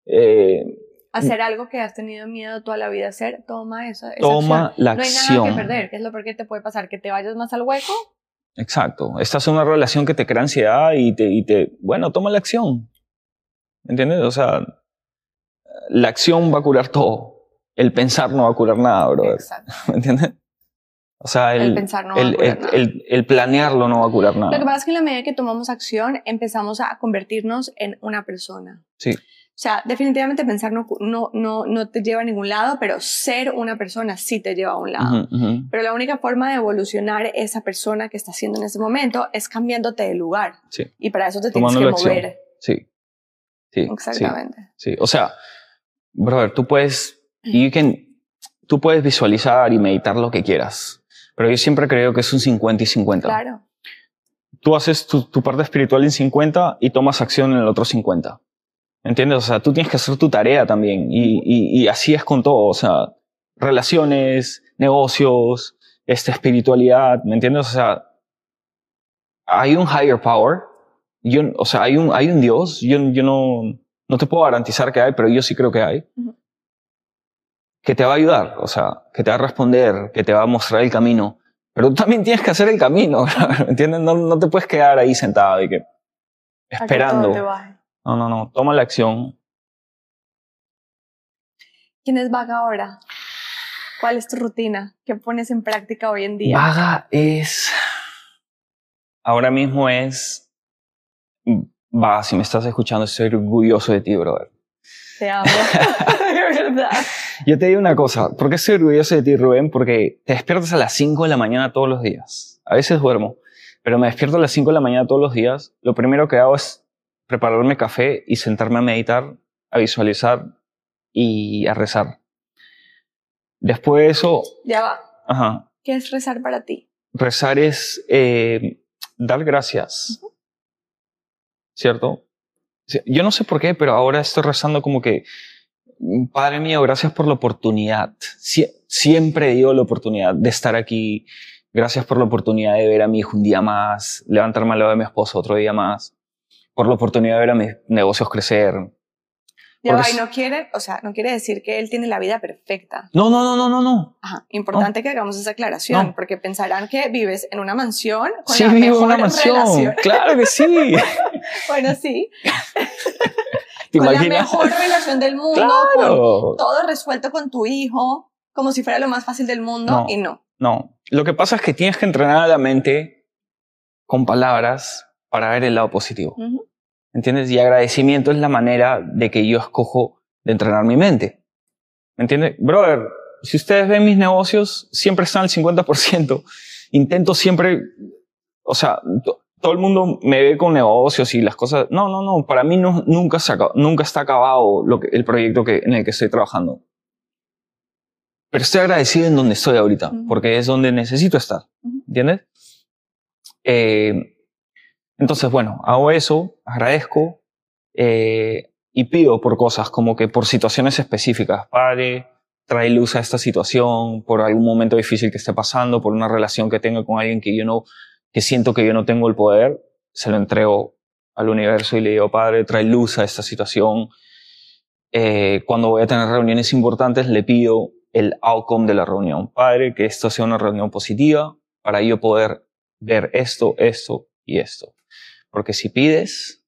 Hacer algo que has tenido miedo toda la vida a hacer, toma esa Toma acción. la No hay acción. nada que perder, que es lo peor que te puede pasar, que te vayas más al hueco. Exacto. Estás en una relación que te crea ansiedad bueno, toma la acción. ¿Entiendes? O sea, la acción va a curar todo. El pensar no va a curar nada, brother. Exacto. ¿Me entiendes? O sea, El pensar no va a curar nada. el planearlo no va a curar nada. Lo que pasa es que en la medida que tomamos acción, empezamos a convertirnos en una persona. Sí. O sea, definitivamente pensar no te lleva a ningún lado, pero ser una persona sí te lleva a un lado. Pero la única forma de evolucionar esa persona que estás siendo en ese momento es cambiándote de lugar. Sí. Y para eso te tienes Tomando que la acción. mover. Sí. Sí. Exactamente. Sí. O sea, brother, tú puedes visualizar y meditar lo que quieras. Pero yo siempre creo que es un 50 y 50. Claro. Tú haces tu parte espiritual en 50 y tomas acción en el otro 50. ¿Entiendes? O sea, tú tienes que hacer tu tarea también. Y así es con todo. O sea, relaciones, negocios, espiritualidad. ¿Me entiendes? O sea, hay un higher power. O sea, hay un Dios. Yo no te puedo garantizar que hay, pero yo sí creo que hay. Que te va a ayudar. O sea, que te va a responder, que te va a mostrar el camino. Pero tú también tienes que hacer el camino. ¿Me entiendes? No te puedes quedar ahí sentado y que esperando. A que todo te baje. No. Toma la acción. ¿Quién es Vaga ahora? ¿Cuál es tu rutina? ¿Qué pones en práctica hoy en día? Vaga es... Ahora mismo es... Va, si me estás escuchando, estoy orgulloso de ti, brother. Te amo. De verdad. Yo te digo una cosa. ¿Por qué estoy orgulloso de ti, Rubén? Porque te despiertas a las 5 de la mañana todos los días. A veces duermo, pero me despierto a las 5 de la mañana todos los días. Lo primero que hago es prepararme café y sentarme a meditar, a visualizar y a rezar. Después de eso... Ya va. Ajá. ¿Qué es rezar para ti? Rezar es dar gracias. ¿Cierto? Yo no sé por qué, pero ahora estoy rezando como que, Padre mío, gracias por la oportunidad. Siempre digo la oportunidad de estar aquí. Gracias por la oportunidad de ver a mi hijo un día más, levantarme al lado de mi esposo otro día más, por la oportunidad de ver a mis negocios crecer. Ya va, y no quiere decir que él tiene la vida perfecta. No. Ajá, importante que hagamos esa aclaración, porque pensarán que vives en una mansión con sí, la vivo mejor en una mansión. relación. Claro que sí. Bueno, sí. ¿Te con imaginas? la mejor relación del mundo, Claro. con todo resuelto con tu hijo, como si fuera lo más fácil del mundo, y no. No. Lo que pasa es que tienes que entrenar a la mente con palabras para ver el lado positivo. ¿Entiendes? Y agradecimiento es la manera de que yo escojo de entrenar mi mente. ¿Me entiendes? Brother, si ustedes ven mis negocios, siempre están al 50%. Intento siempre, o sea, todo el mundo me ve con negocios y las cosas. No. Para mí nunca está acabado el proyecto en el que estoy trabajando. Pero estoy agradecido en donde estoy ahorita, porque es donde necesito estar. ¿Entiendes? Entonces, bueno, hago eso, agradezco y pido por cosas, como que por situaciones específicas. Padre, trae luz a esta situación, por algún momento difícil que esté pasando, por una relación que tenga con alguien que siento que yo no tengo el poder, se lo entrego al universo y le digo, Padre, trae luz a esta situación. Cuando voy a tener reuniones importantes, le pido el outcome de la reunión. Padre, que esto sea una reunión positiva para yo poder ver esto y esto. Porque si pides,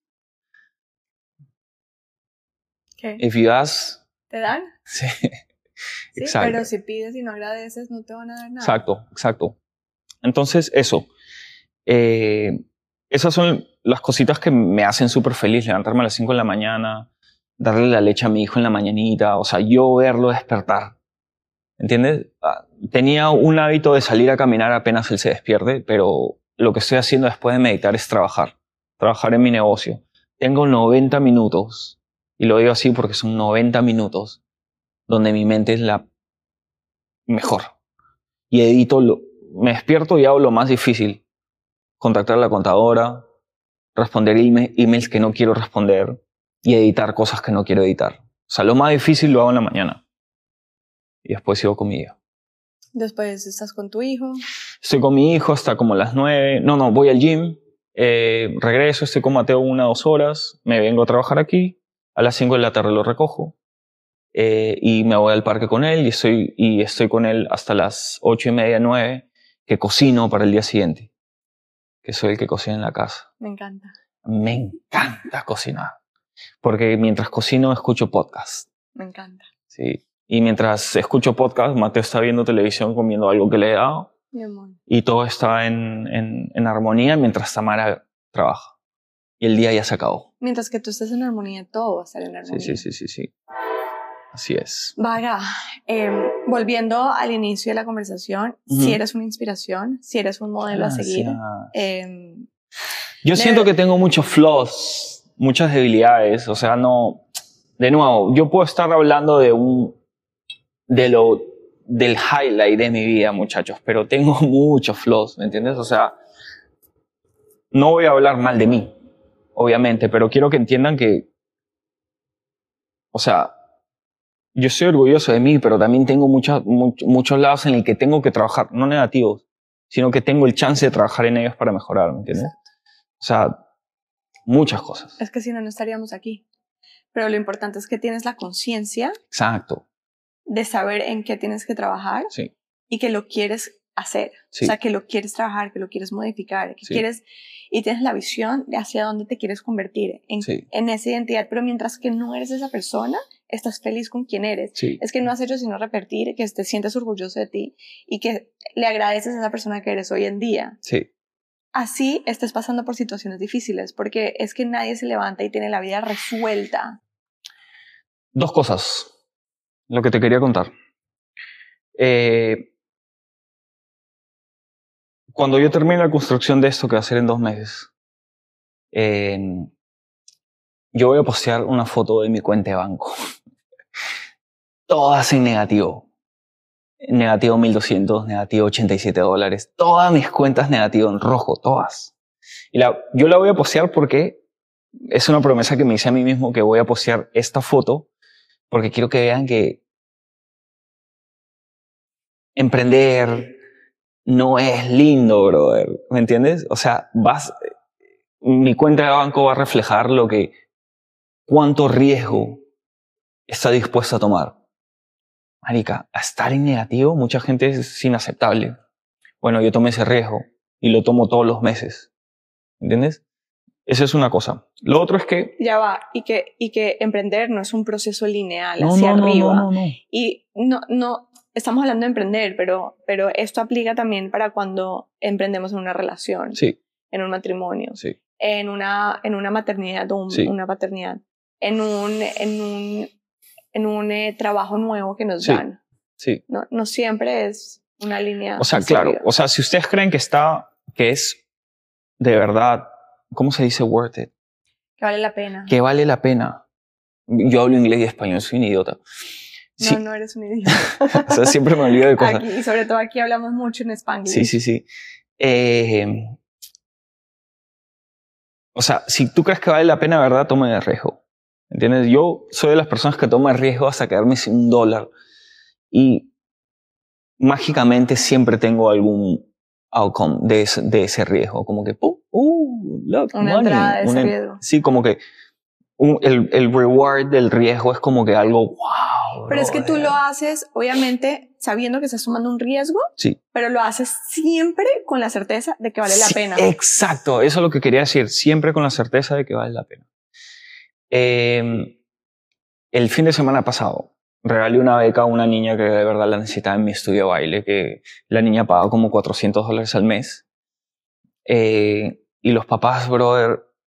if you ask, ¿te dan? Sí. Sí, pero si pides y no agradeces, no te van a dar nada. Exacto. Entonces, eso. Esas son las cositas que me hacen súper feliz, levantarme a las 5 de la mañana, darle la leche a mi hijo en la mañanita, o sea, yo verlo despertar, ¿entiendes? Tenía un hábito de salir a caminar apenas él se despierte, pero lo que estoy haciendo después de meditar es trabajar en mi negocio. Tengo 90 minutos, y lo digo así porque son 90 minutos, donde mi mente es la mejor. Y me despierto y hago lo más difícil. Contactar a la contadora, responder emails que no quiero responder y editar cosas que no quiero editar. O sea, lo más difícil lo hago en la mañana. Y después sigo con mi día. Después estás con tu hijo. Estoy con mi hijo hasta como las 9. No, voy al gym. Regreso, estoy con Mateo 1 o 2 horas. Me vengo a trabajar aquí. A las 5 de la tarde lo recojo. Y me voy al parque con él y estoy con él hasta las 8:30, 9, que cocino para el día siguiente. Que soy el que cocina en la casa. Me encanta. Me encanta cocinar. Porque mientras cocino escucho podcast. Me encanta. Sí. Y mientras escucho podcast, Mateo está viendo televisión comiendo algo que le he dado. Mi amor. Y todo está en armonía mientras Tamara trabaja. Y el día ya se acabó. Mientras que tú estés en armonía, todo va a estar en armonía. Sí. Así es. Vaga, volviendo al inicio de la conversación, si eres una inspiración, si eres un modelo a seguir. Yo siento que tengo muchos flaws, muchas debilidades. O sea, no... De nuevo, yo puedo estar hablando del highlight de mi vida, muchachos, pero tengo muchos flaws, ¿me entiendes? O sea, no voy a hablar mal de mí, obviamente, pero quiero que entiendan que, o sea, yo estoy orgulloso de mí, pero también tengo muchos lados en el que tengo que trabajar, no negativos, sino que tengo el chance de trabajar en ellos para mejorar, ¿me entiendes? Exacto. O sea, muchas cosas. Es que si no, no estaríamos aquí. Pero lo importante es que tienes la conciencia. Exacto. De saber en qué tienes que trabajar. Sí. Y que lo quieres hacer. Sí. O sea, que lo quieres trabajar, que lo quieres modificar, que quieres... Y tienes la visión de hacia dónde te quieres convertir en esa identidad. Pero mientras que no eres esa persona, estás feliz con quien eres. Sí. Es que no has hecho sino repetir, que te sientes orgulloso de ti y que le agradeces a esa persona que eres hoy en día. Sí. Así estés pasando por situaciones difíciles, porque es que nadie se levanta y tiene la vida resuelta. 2 cosas, lo que te quería contar. Cuando yo termine la construcción de esto, que va a ser en 2 meses, yo voy a postear una foto de mi cuenta de banco. Todas en negativo. Negativo 1,200, negativo $87. Todas mis cuentas negativo en rojo, todas. Y yo la voy a postear porque es una promesa que me hice a mí mismo, que voy a postear esta foto porque quiero que vean que emprender no es lindo, brother. ¿Me entiendes? O sea, mi cuenta de banco va a reflejar cuánto riesgo está dispuesto a tomar. Marica, a estar en negativo, mucha gente es inaceptable. Bueno, yo tomé ese riesgo y lo tomo todos los meses. ¿Entiendes? Esa es una cosa. Lo otro es que... Ya va, y que emprender no es un proceso lineal hacia arriba. No. Y no estamos hablando de emprender, pero esto aplica también para cuando emprendemos en una relación, sí, en un matrimonio, sí, en una maternidad o sí, una paternidad, en un trabajo nuevo que nos dan. Sí. No siempre es una línea. O sea, claro. Arriba. O sea, si ustedes creen que es de verdad, ¿cómo se dice worth it? Que vale la pena. Que vale la pena. Yo hablo inglés y español, soy un idiota. Sí. No eres un idiota. O sea, siempre me olvido de cosas. Aquí, y sobre todo aquí hablamos mucho en Spanglish. Sí. O sea, si tú crees que vale la pena, ¿verdad? Toma el riesgo. ¿Entiendes? Yo soy de las personas que toma el riesgo hasta quedarme sin $1. Y mágicamente siempre tengo algún outcome de ese riesgo. Como que, look, una entrada de ese riesgo. Sí, como que el reward del riesgo es como que algo wow. Pero es que tú lo haces, obviamente, sabiendo que estás tomando un riesgo, sí, pero lo haces siempre con la certeza de que vale la pena. Exacto, eso es lo que quería decir, siempre con la certeza de que vale la pena. El fin de semana pasado regalé una beca a una niña que de verdad la necesitaba en mi estudio de baile, que la niña pagaba como $400 al mes. Y los papás, brother,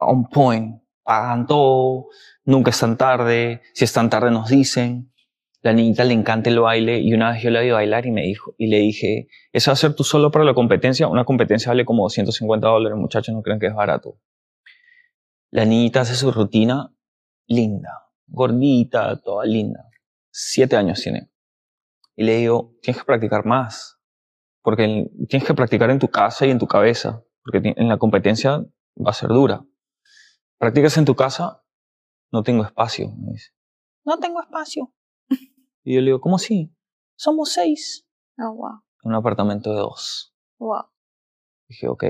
on point, pagan todo, nunca están tarde, si están tarde nos dicen. La niñita le encanta el baile y una vez yo la vi bailar y le dije, ¿eso va a ser tú solo para la competencia? Una competencia vale como $250, muchachos, no crean que es barato. La niñita hace su rutina linda, gordita, toda linda. 7 años tiene. Y le digo, tienes que practicar más, porque tienes que practicar en tu casa y en tu cabeza, porque en la competencia va a ser dura. ¿Practicas en tu casa? No tengo espacio, me dice. No tengo espacio. Y yo le digo, ¿cómo así? Somos 6. Oh, wow. En un apartamento de 2. Wow. Dije, ok.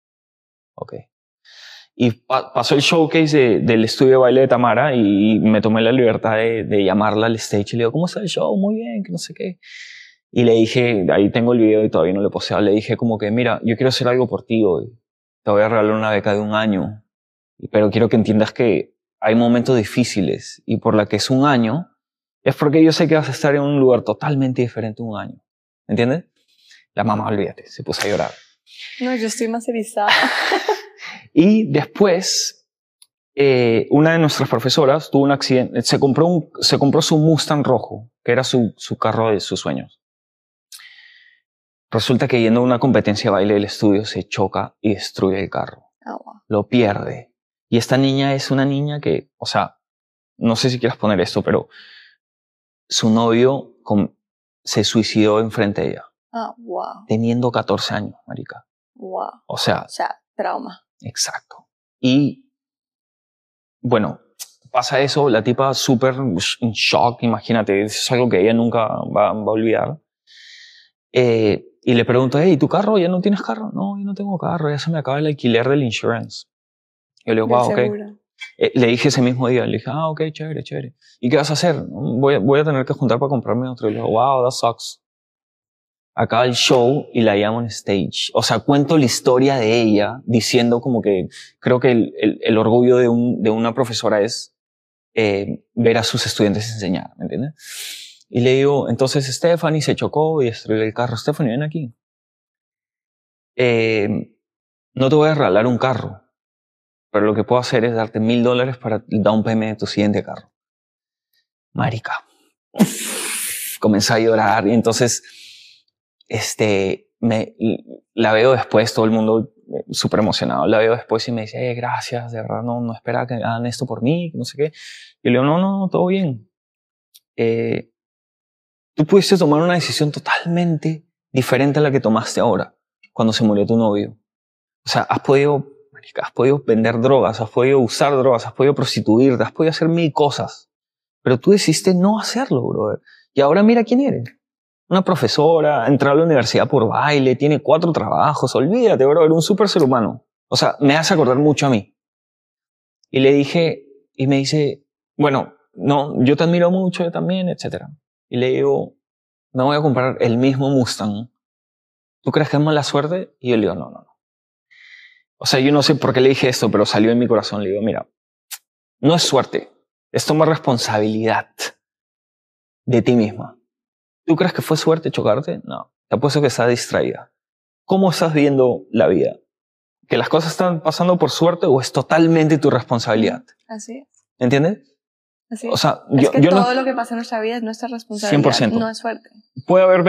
Y pasó el showcase del estudio de baile de Tamara y me tomé la libertad de llamarla al stage y le digo, ¿cómo está el show? Muy bien, que no sé qué. Y le dije, ahí tengo el video y todavía no lo he posteado, le dije como que, mira, yo quiero hacer algo por ti hoy. Te voy a regalar una beca de 1 año. Pero quiero que entiendas que hay momentos difíciles y por la que es 1 año, es porque yo sé que vas a estar en un lugar totalmente diferente 1 año. ¿Entiendes? La mamá, olvídate, se puso a llorar. No, yo estoy más erizada. Y después, una de nuestras profesoras tuvo un accidente, se compró su Mustang rojo, que era su carro de sus sueños. Resulta que yendo a una competencia de baile del estudio se choca y destruye el carro. Oh, wow. Lo pierde. Y esta niña es una niña que, o sea, no sé si quieras poner esto, pero su novio se suicidó enfrente de ella. Oh, wow. Teniendo 14 años, marica. Wow. O sea, trauma. Exacto. Y, bueno, pasa eso, la tipa súper en shock, imagínate, es algo que ella nunca va a olvidar. Y le pregunto, hey, ¿tu carro? ¿Ya no tienes carro? No, yo no tengo carro, ya se me acaba el alquiler del insurance. Yo le digo, wow, ok. Le dije ese mismo día, le dije, ok, chévere, chévere. ¿Y qué vas a hacer? Voy a tener que juntar para comprarme otro. Y le digo, wow, that sucks. Acaba el show y la llamo en stage. O sea, cuento la historia de ella diciendo como que creo que el orgullo de una profesora es ver a sus estudiantes enseñar, ¿me entiendes? Y le digo, entonces Stephanie se chocó y destruyó el carro. Stephanie, ven aquí. No te voy a regalar un carro, pero lo que puedo hacer es darte $1,000 para el down payment de tu siguiente carro. Marica. Comencé a llorar y entonces la veo después, todo el mundo súper emocionado, la veo después y me dice, gracias, de verdad no esperaba que hagan esto por mí, no sé qué. Y le digo, no, todo bien. Tú pudiste tomar una decisión totalmente diferente a la que tomaste ahora, cuando se murió tu novio. O sea, has podido vender drogas, has podido usar drogas, has podido prostituirte, has podido hacer 1000 cosas. Pero tú decidiste no hacerlo, brother. Y ahora mira quién eres. Una profesora, entró a la universidad por baile, tiene 4 trabajos. Olvídate, brother, un súper ser humano. O sea, me hace acordar mucho a mí. Y le dije, y me dice, bueno, no, yo te admiro mucho, yo también, etc. Y le digo, me voy a comprar el mismo Mustang. ¿Tú crees que es mala suerte? Y yo le digo, no. O sea, yo no sé por qué le dije esto, pero salió en mi corazón. Le digo, mira, no es suerte, es tomar responsabilidad de ti misma. ¿Tú crees que fue suerte chocarte? No. Te apuesto que estás distraída. ¿Cómo estás viendo la vida? ¿Que las cosas están pasando por suerte o es totalmente tu responsabilidad? Así es. ¿Entiendes? Así es. O sea, es que todo lo que pasa en nuestra vida es nuestra responsabilidad. 100%. No es suerte. Puede haber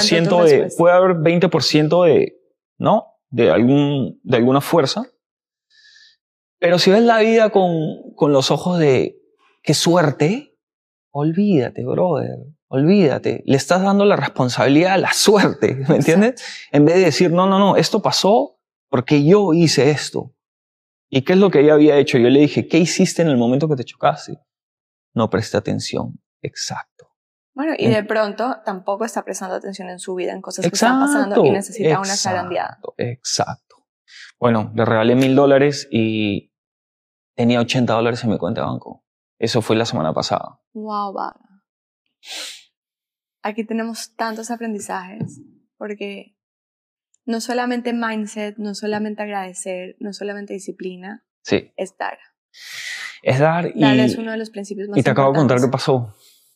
20% de, ¿no? De alguna fuerza. Pero si ves la vida con los ojos de qué suerte, olvídate, brother. Olvídate. Le estás dando la responsabilidad a la suerte, ¿me entiendes? Exacto. En vez de decir, no, esto pasó porque yo hice esto. ¿Y qué es lo que ella había hecho? Yo le dije, ¿qué hiciste en el momento que te chocaste? No presté atención. Exacto. Bueno, y de pronto tampoco está prestando atención en su vida, en cosas que están pasando y necesita una zarandeada. Exacto. Bueno, le regalé $1,000 y tenía $80 en mi cuenta de banco. Eso fue la semana pasada. Wow, Vaga. Aquí tenemos tantos aprendizajes, porque no solamente mindset, no solamente agradecer, no solamente disciplina, sí. Es dar. Es dar y... Dar es uno de los principios más importantes. Y te acabo de contar qué pasó.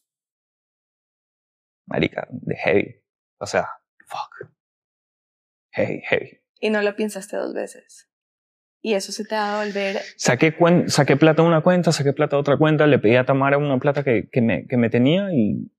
Marica, de heavy. O sea, fuck. Heavy. Y no lo pensaste 2 veces. Y eso se te va a devolver. Saqué plata de una cuenta, saqué plata de otra cuenta, le pedí a Tamara una plata que me tenía y...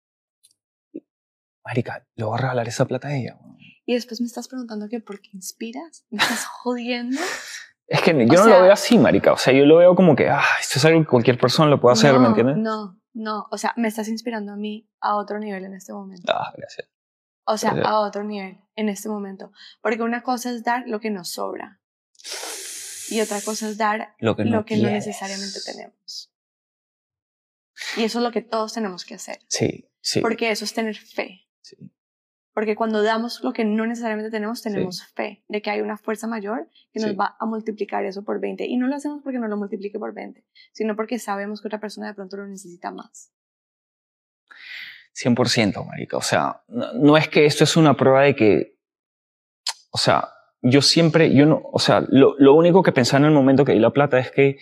Marica, le voy a regalar esa plata a ella. Y después me estás preguntando que por qué inspiras. ¿Me estás jodiendo? Es que yo no lo veo así, marica. O sea, yo lo veo como que, esto es algo que cualquier persona lo puede hacer, ¿me entiendes? No. O sea, me estás inspirando a mí a otro nivel en este momento. Gracias. O sea, Gracias. a otro nivel en este momento. Porque una cosa es dar lo que nos sobra. Y otra cosa es dar lo que no necesariamente tenemos. Y eso es lo que todos tenemos que hacer. Sí. Porque eso es tener fe. Sí. Porque cuando damos lo que no necesariamente tenemos fe de que hay una fuerza mayor que nos va a multiplicar eso por 20. Y no lo hacemos porque nos lo multiplique por 20, sino porque sabemos que otra persona de pronto lo necesita más. 100%, marica. O sea, no es que esto es una prueba de que... O sea, lo único que pensaba en el momento que di la plata es que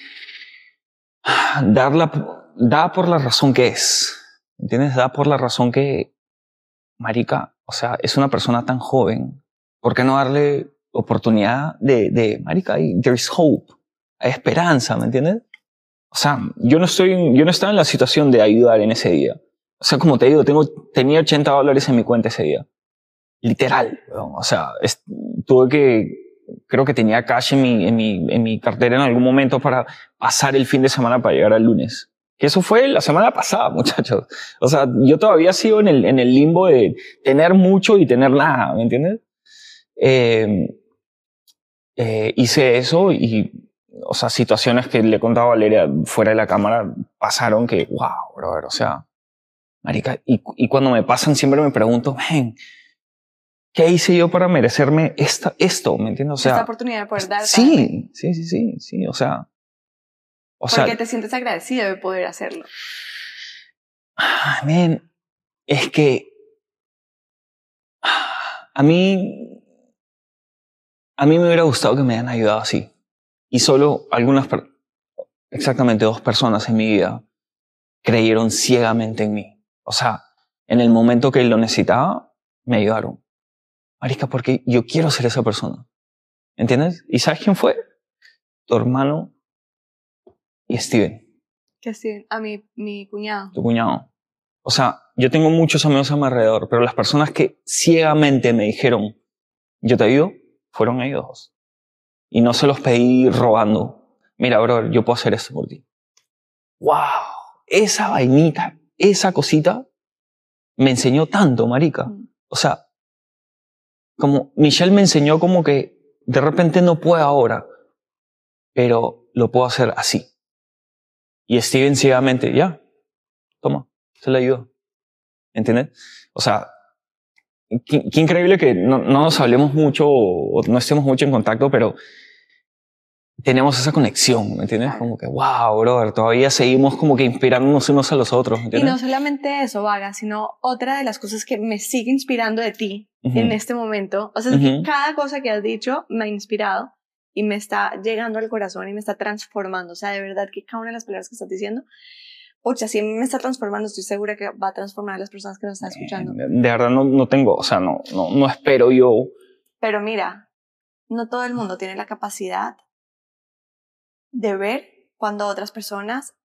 da por la razón que es. ¿Entiendes? Da por la razón que... Marica, o sea, es una persona tan joven. ¿Por qué no darle oportunidad de marica, there's hope, hay esperanza, ¿me entiendes? O sea, yo no estaba en la situación de ayudar en ese día. O sea, como te digo, tenía $80 en mi cuenta ese día. Literal. O sea, creo que tenía cash en mi cartera en algún momento para pasar el fin de semana para llegar al lunes. Que eso fue la semana pasada, muchachos. O sea, yo todavía sigo en el limbo de tener mucho y tener nada, ¿me entiendes? Hice eso y, o sea, situaciones que le he contado a Valeria fuera de la cámara pasaron que, wow, brother, o sea, marica, y cuando me pasan siempre me pregunto, ¿qué hice yo para merecerme esto? ¿Me entiendes? O sea, esta oportunidad de poder dar. Sí, o sea. ¿Por qué te sientes agradecido de poder hacerlo? Es que a mí me hubiera gustado que me hayan ayudado así. Y solo exactamente 2 personas en mi vida creyeron ciegamente en mí. O sea, en el momento que lo necesitaba, me ayudaron. Marica, porque yo quiero ser esa persona. ¿Entiendes? ¿Y sabes quién fue? Tu hermano y Steven. ¿Qué Steven? A mi cuñado. Tu cuñado. O sea, yo tengo muchos amigos a mi alrededor, pero las personas que ciegamente me dijeron, yo te ayudo, fueron ellos. Y no se los pedí robando. Mira, bro, yo puedo hacer esto por ti. ¡Wow! Esa vainita, esa cosita, me enseñó tanto, marica. O sea, como Michelle me enseñó como que de repente no puedo ahora, pero lo puedo hacer así. Y Steven ciegamente, ya, toma, se le ayudó. ¿Entiendes? O sea, qué increíble que no nos hablemos mucho o no estemos mucho en contacto, pero tenemos esa conexión, ¿me entiendes? Como que, wow, brother, todavía seguimos como que inspirándonos unos a los otros, ¿me entiendes? Y no solamente eso, Vaga, sino otra de las cosas que me sigue inspirando de ti en este momento. O sea, es que cada cosa que has dicho me ha inspirado y me está llegando al corazón y me está transformando. O sea, de verdad que cada una de las palabras que estás diciendo, o sea, si a mí me está transformando, estoy segura que va a transformar a las personas que nos están escuchando. De verdad no tengo, o sea, no espero yo. Pero mira, no todo el mundo tiene la capacidad de ver cuando otras personas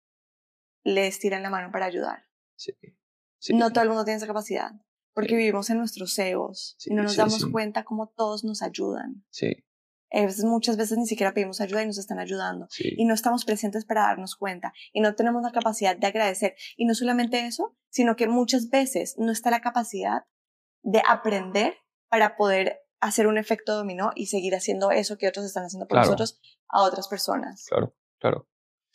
les tiran la mano para ayudar. Sí. No todo el mundo tiene esa capacidad, porque vivimos en nuestros egos y no nos damos cuenta cómo todos nos ayudan. Sí. Muchas veces ni siquiera pedimos ayuda y nos están ayudando. Y no estamos presentes para darnos cuenta. Y no tenemos la capacidad de agradecer. Y no solamente eso, sino que muchas veces no está la capacidad de aprender para poder hacer un efecto dominó y seguir haciendo eso que otros están haciendo por nosotros a otras personas. Claro.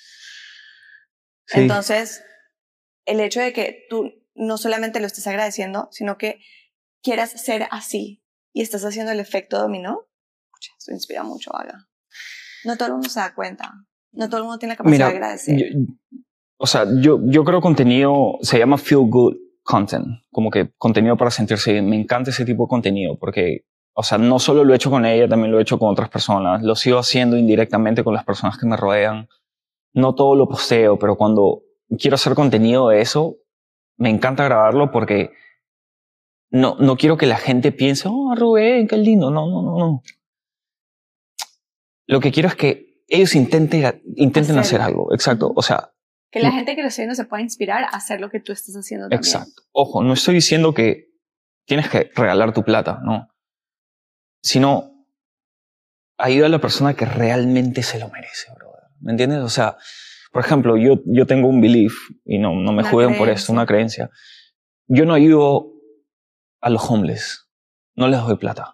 Sí. Entonces, el hecho de que tú no solamente lo estés agradeciendo, sino que quieras ser así y estás haciendo el efecto dominó, eso inspira mucho, Vaga. No todo el mundo se da cuenta. No todo el mundo tiene la capacidad de agradecer. Yo creo contenido se llama feel good content, como que contenido para sentirse bien. Me encanta ese tipo de contenido porque, o sea, no solo lo he hecho con ella, también lo he hecho con otras personas. Lo sigo haciendo indirectamente con las personas que me rodean. No todo lo posteo, pero cuando quiero hacer contenido de eso, me encanta grabarlo porque no quiero que la gente piense, oh, Rubén, qué lindo. No. Lo que quiero es que ellos intenten hacer algo. Exacto. O sea, ellos intenten hacer algo. Exacto. O sea, que la gente que lo esté viendo se pueda inspirar a hacer lo que tú estás haciendo también. Exacto. Ojo, no estoy diciendo que tienes que regalar tu plata, no. Sino ayuda a la persona que realmente se lo merece, brother. ¿Me entiendes? O sea, por ejemplo, yo tengo un belief, y no me juzguen por esto, una creencia. Yo no ayudo a los homeless. No les doy plata.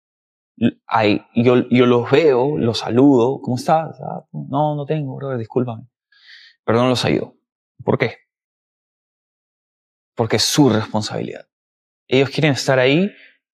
Yo los veo, los saludo. ¿Cómo estás? No tengo, brother, discúlpame. Pero no los ayudo. ¿Por qué? Porque es su responsabilidad. Ellos quieren estar ahí.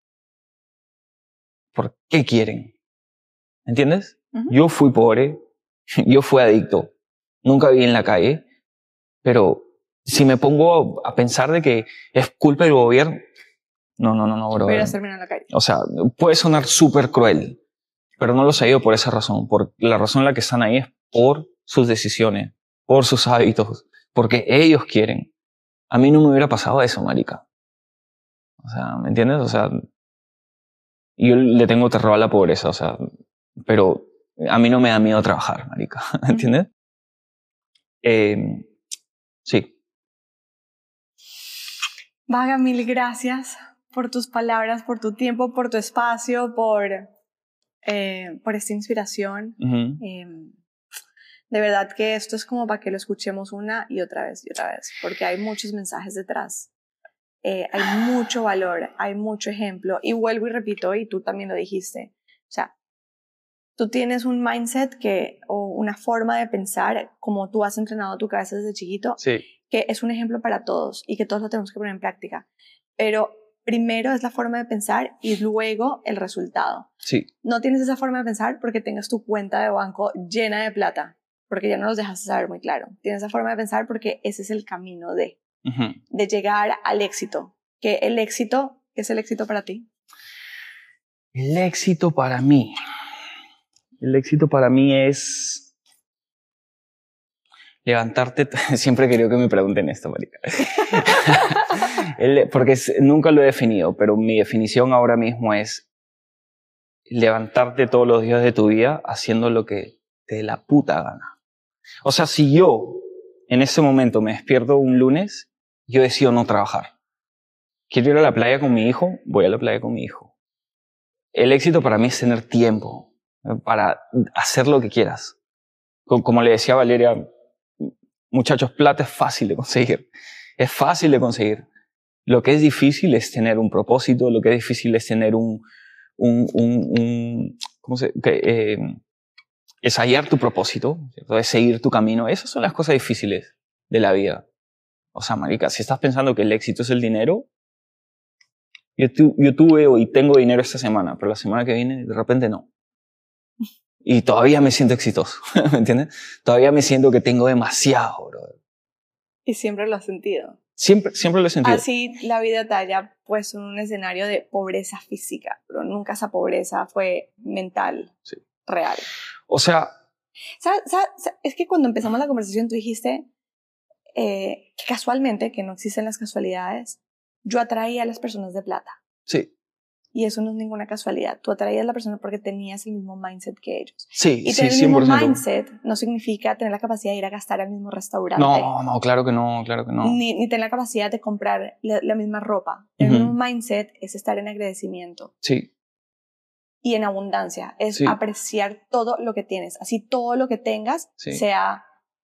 ¿Por qué quieren? ¿Entiendes? Yo fui pobre, yo fui adicto, nunca viví en la calle, pero si me pongo a pensar de que es culpa del gobierno, no, bro. Voy a terminar en la calle. O sea, puede sonar súper cruel, pero no los ayudo por esa razón. Por la razón en la que están ahí es por sus decisiones, por sus hábitos, porque ellos quieren. A mí no me hubiera pasado eso, marica. O sea, ¿me entiendes? O sea, yo le tengo terror a la pobreza, o sea, pero a mí no me da miedo trabajar, marica, ¿entiendes? Sí. Vaga, mil gracias por tus palabras, por tu tiempo, por tu espacio, por esta inspiración. De verdad que esto es como para que lo escuchemos una y otra vez, porque hay muchos mensajes detrás. Hay mucho valor, hay mucho ejemplo. Y vuelvo y repito, y tú también lo dijiste, o sea, tú tienes un mindset o una forma de pensar, como tú has entrenado tu cabeza desde chiquito, sí, que es un ejemplo para todos y que todos lo tenemos que poner en práctica. Pero primero es la forma de pensar y luego el resultado. Sí. No tienes esa forma de pensar porque tengas tu cuenta de banco llena de plata, porque ya no los dejaste saber muy claro. Tienes esa forma de pensar porque ese es el camino de llegar al éxito. ¿Qué es el éxito para ti? El éxito para mí. El éxito para mí es levantarte. Siempre he querido que me pregunten esto, marica. Porque nunca lo he definido, pero mi definición ahora mismo es levantarte todos los días de tu vida haciendo lo que te dé la puta gana. O sea, si yo en ese momento me despierto un lunes, yo decido no trabajar. Quiero ir a la playa con mi hijo, voy a la playa con mi hijo. El éxito para mí es tener tiempo para hacer lo que quieras. Como le decía Valeria, muchachos, plata es fácil de conseguir. Es fácil de conseguir. Lo que es difícil es tener un propósito, lo que es difícil es tener es hallar tu propósito, ¿cierto? Es seguir tu camino. Esas son las cosas difíciles de la vida. O sea, marica, si estás pensando que el éxito es el dinero, yo tuve y tengo dinero esta semana, pero la semana que viene de repente no. Y todavía me siento exitoso, ¿me entiendes? Todavía me siento que tengo demasiado, brother. Y siempre lo has sentido. Siempre lo he sentido. Así la vida te haya puesto en un escenario de pobreza física, pero nunca esa pobreza fue mental, sí, real. O sea... Es que cuando empezamos la conversación tú dijiste que casualmente, que no existen las casualidades, yo atraía a las personas de plata. Sí. Y eso no es ninguna casualidad. Tú atraías a la persona porque tenías el mismo mindset que ellos. Sí, y tener sí, el 100%. mismo mindset no significa tener la capacidad de ir a gastar al mismo restaurante. No, claro que no. Ni tener la capacidad de comprar la misma ropa. Tener el mismo mindset es estar en agradecimiento. Sí. Y en abundancia. Es apreciar todo lo que tienes. Así todo lo que tengas, sea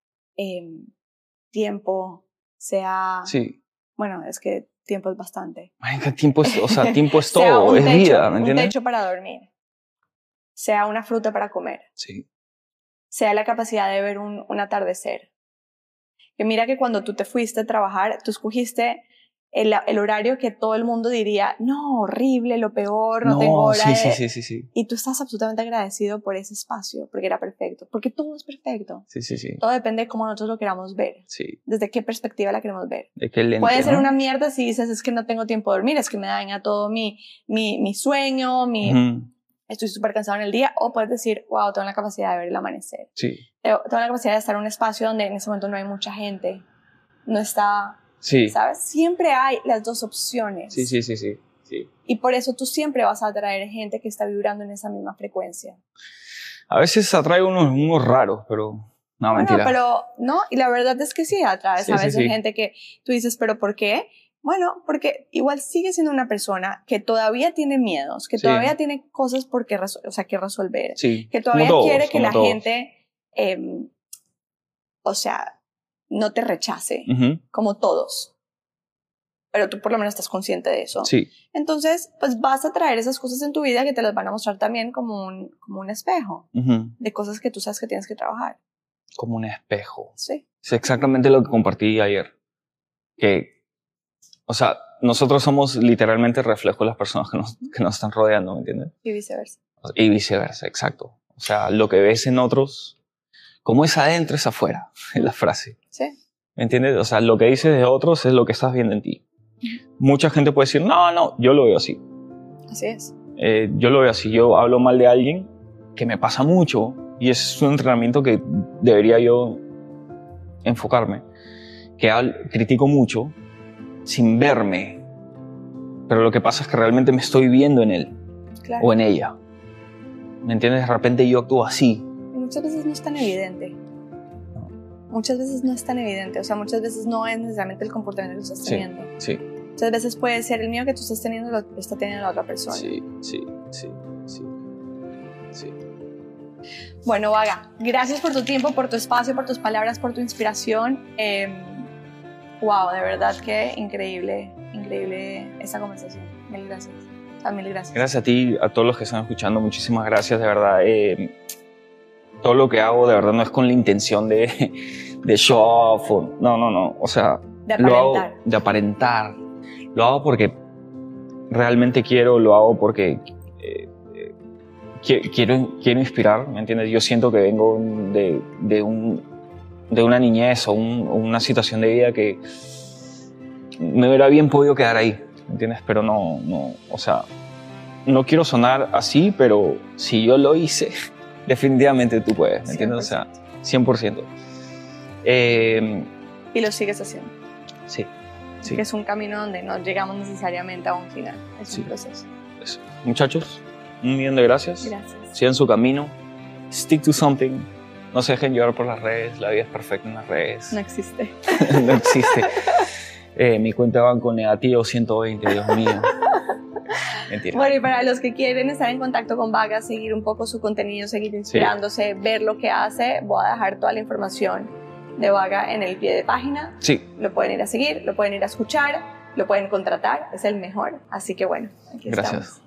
tiempo, sea... Sí. Bueno, es que tiempo es bastante. Marica, tiempo es todo, es vida, ¿me entiendes? Un techo para dormir, sea una fruta para comer, sea la capacidad de ver un atardecer. Que mira que cuando tú te fuiste a trabajar, tú escogiste el horario que todo el mundo diría, no, horrible, lo peor, no tengo hora. Sí. Y tú estás absolutamente agradecido por ese espacio, porque era perfecto, porque todo es perfecto. Sí. Todo depende de cómo nosotros lo queramos ver. Sí. Desde qué perspectiva la queremos ver. De qué lente, puede ser ¿no? una mierda si dices, es que no tengo tiempo de dormir, es que me daña todo mi sueño, estoy súper cansado en el día, o puedes decir, wow, tengo la capacidad de ver el amanecer. Sí. Tengo la capacidad de estar en un espacio donde en ese momento no hay mucha gente, no está... Sí. ¿Sabes? Siempre hay las dos opciones. Sí. Y por eso tú siempre vas a atraer gente que está vibrando en esa misma frecuencia. A veces atrae unos raros, pero no, Bueno, mentira. pero no, y la verdad es que sí, atraes Sí, a sí, veces sí. gente que tú dices, ¿pero por qué? Bueno, porque igual sigue siendo una persona que todavía tiene miedos, que Sí. todavía tiene cosas por qué que resolver, Sí, que como todavía todos, quiere que como la todos. gente, o sea, no te rechace, Ujú. como todos. Pero tú por lo menos estás consciente de eso. Sí, Entonces, pues vas a traer esas cosas en tu vida que te las van a mostrar también como un espejo ujú. de cosas que tú sabes que tienes que trabajar. Como un espejo. Sí. Es exactamente lo que compartí ayer. Que, o sea, nosotros somos literalmente reflejo de las personas que nos están rodeando, ¿me entiendes? Y viceversa. Y viceversa, exacto. O sea, lo que ves en otros, como es adentro, es afuera, es la frase. Sí. ¿Me entiendes? O sea, lo que dices de otros es lo que estás viendo en ti. Mucha gente puede decir, no, yo lo veo así. Así es. Yo lo veo así. Yo hablo mal de alguien, que me pasa mucho, y es un entrenamiento que debería yo enfocarme. Que critico mucho sin verme, pero lo que pasa es que realmente me estoy viendo en él Claro. o en ella. ¿Me entiendes? De repente yo actúo así. Y muchas veces no es tan evidente. Muchas veces no es tan evidente. O sea, muchas veces no es necesariamente el comportamiento que tú estás teniendo. Sí, Muchas veces puede ser el mío que tú estás teniendo, lo está teniendo la otra persona. sí. Bueno, Vaga, gracias por tu tiempo, por tu espacio, por tus palabras, por tu inspiración. Wow, de verdad que increíble esta conversación. Mil gracias. O sea, mil gracias. Gracias a ti, a todos los que están escuchando. Muchísimas gracias, de verdad. Todo lo que hago, de verdad, no es con la intención de show off. No. O sea, De lo hago aparentar. de aparentar. Lo hago porque realmente quiero, lo hago porque quiero inspirar, ¿me entiendes? Yo siento que vengo de una niñez o una situación de vida que me hubiera bien podido quedar ahí, ¿me entiendes? Pero no, o sea, no quiero sonar así, pero si yo lo hice, definitivamente tú puedes, ¿me entiendes? O sea, 100%. Y lo sigues haciendo. Sí. Que es un camino donde no llegamos necesariamente a un final. Es Sí. un proceso. Eso. Muchachos, 1.000.000 de gracias. Gracias. Sigan su camino. Stick to something. No se dejen llevar por las redes. La vida es perfecta en las redes. No existe. No existe. Mi cuenta de banco negativo 120, Dios mío. Mentira. Bueno, y para los que quieren estar en contacto con Vaga, seguir un poco su contenido, seguir inspirándose, ver lo que hace, voy a dejar toda la información de Vaga en el pie de página. Sí. Lo pueden ir a seguir, lo pueden ir a escuchar, lo pueden contratar, es el mejor. Así que bueno, aquí Gracias. estamos.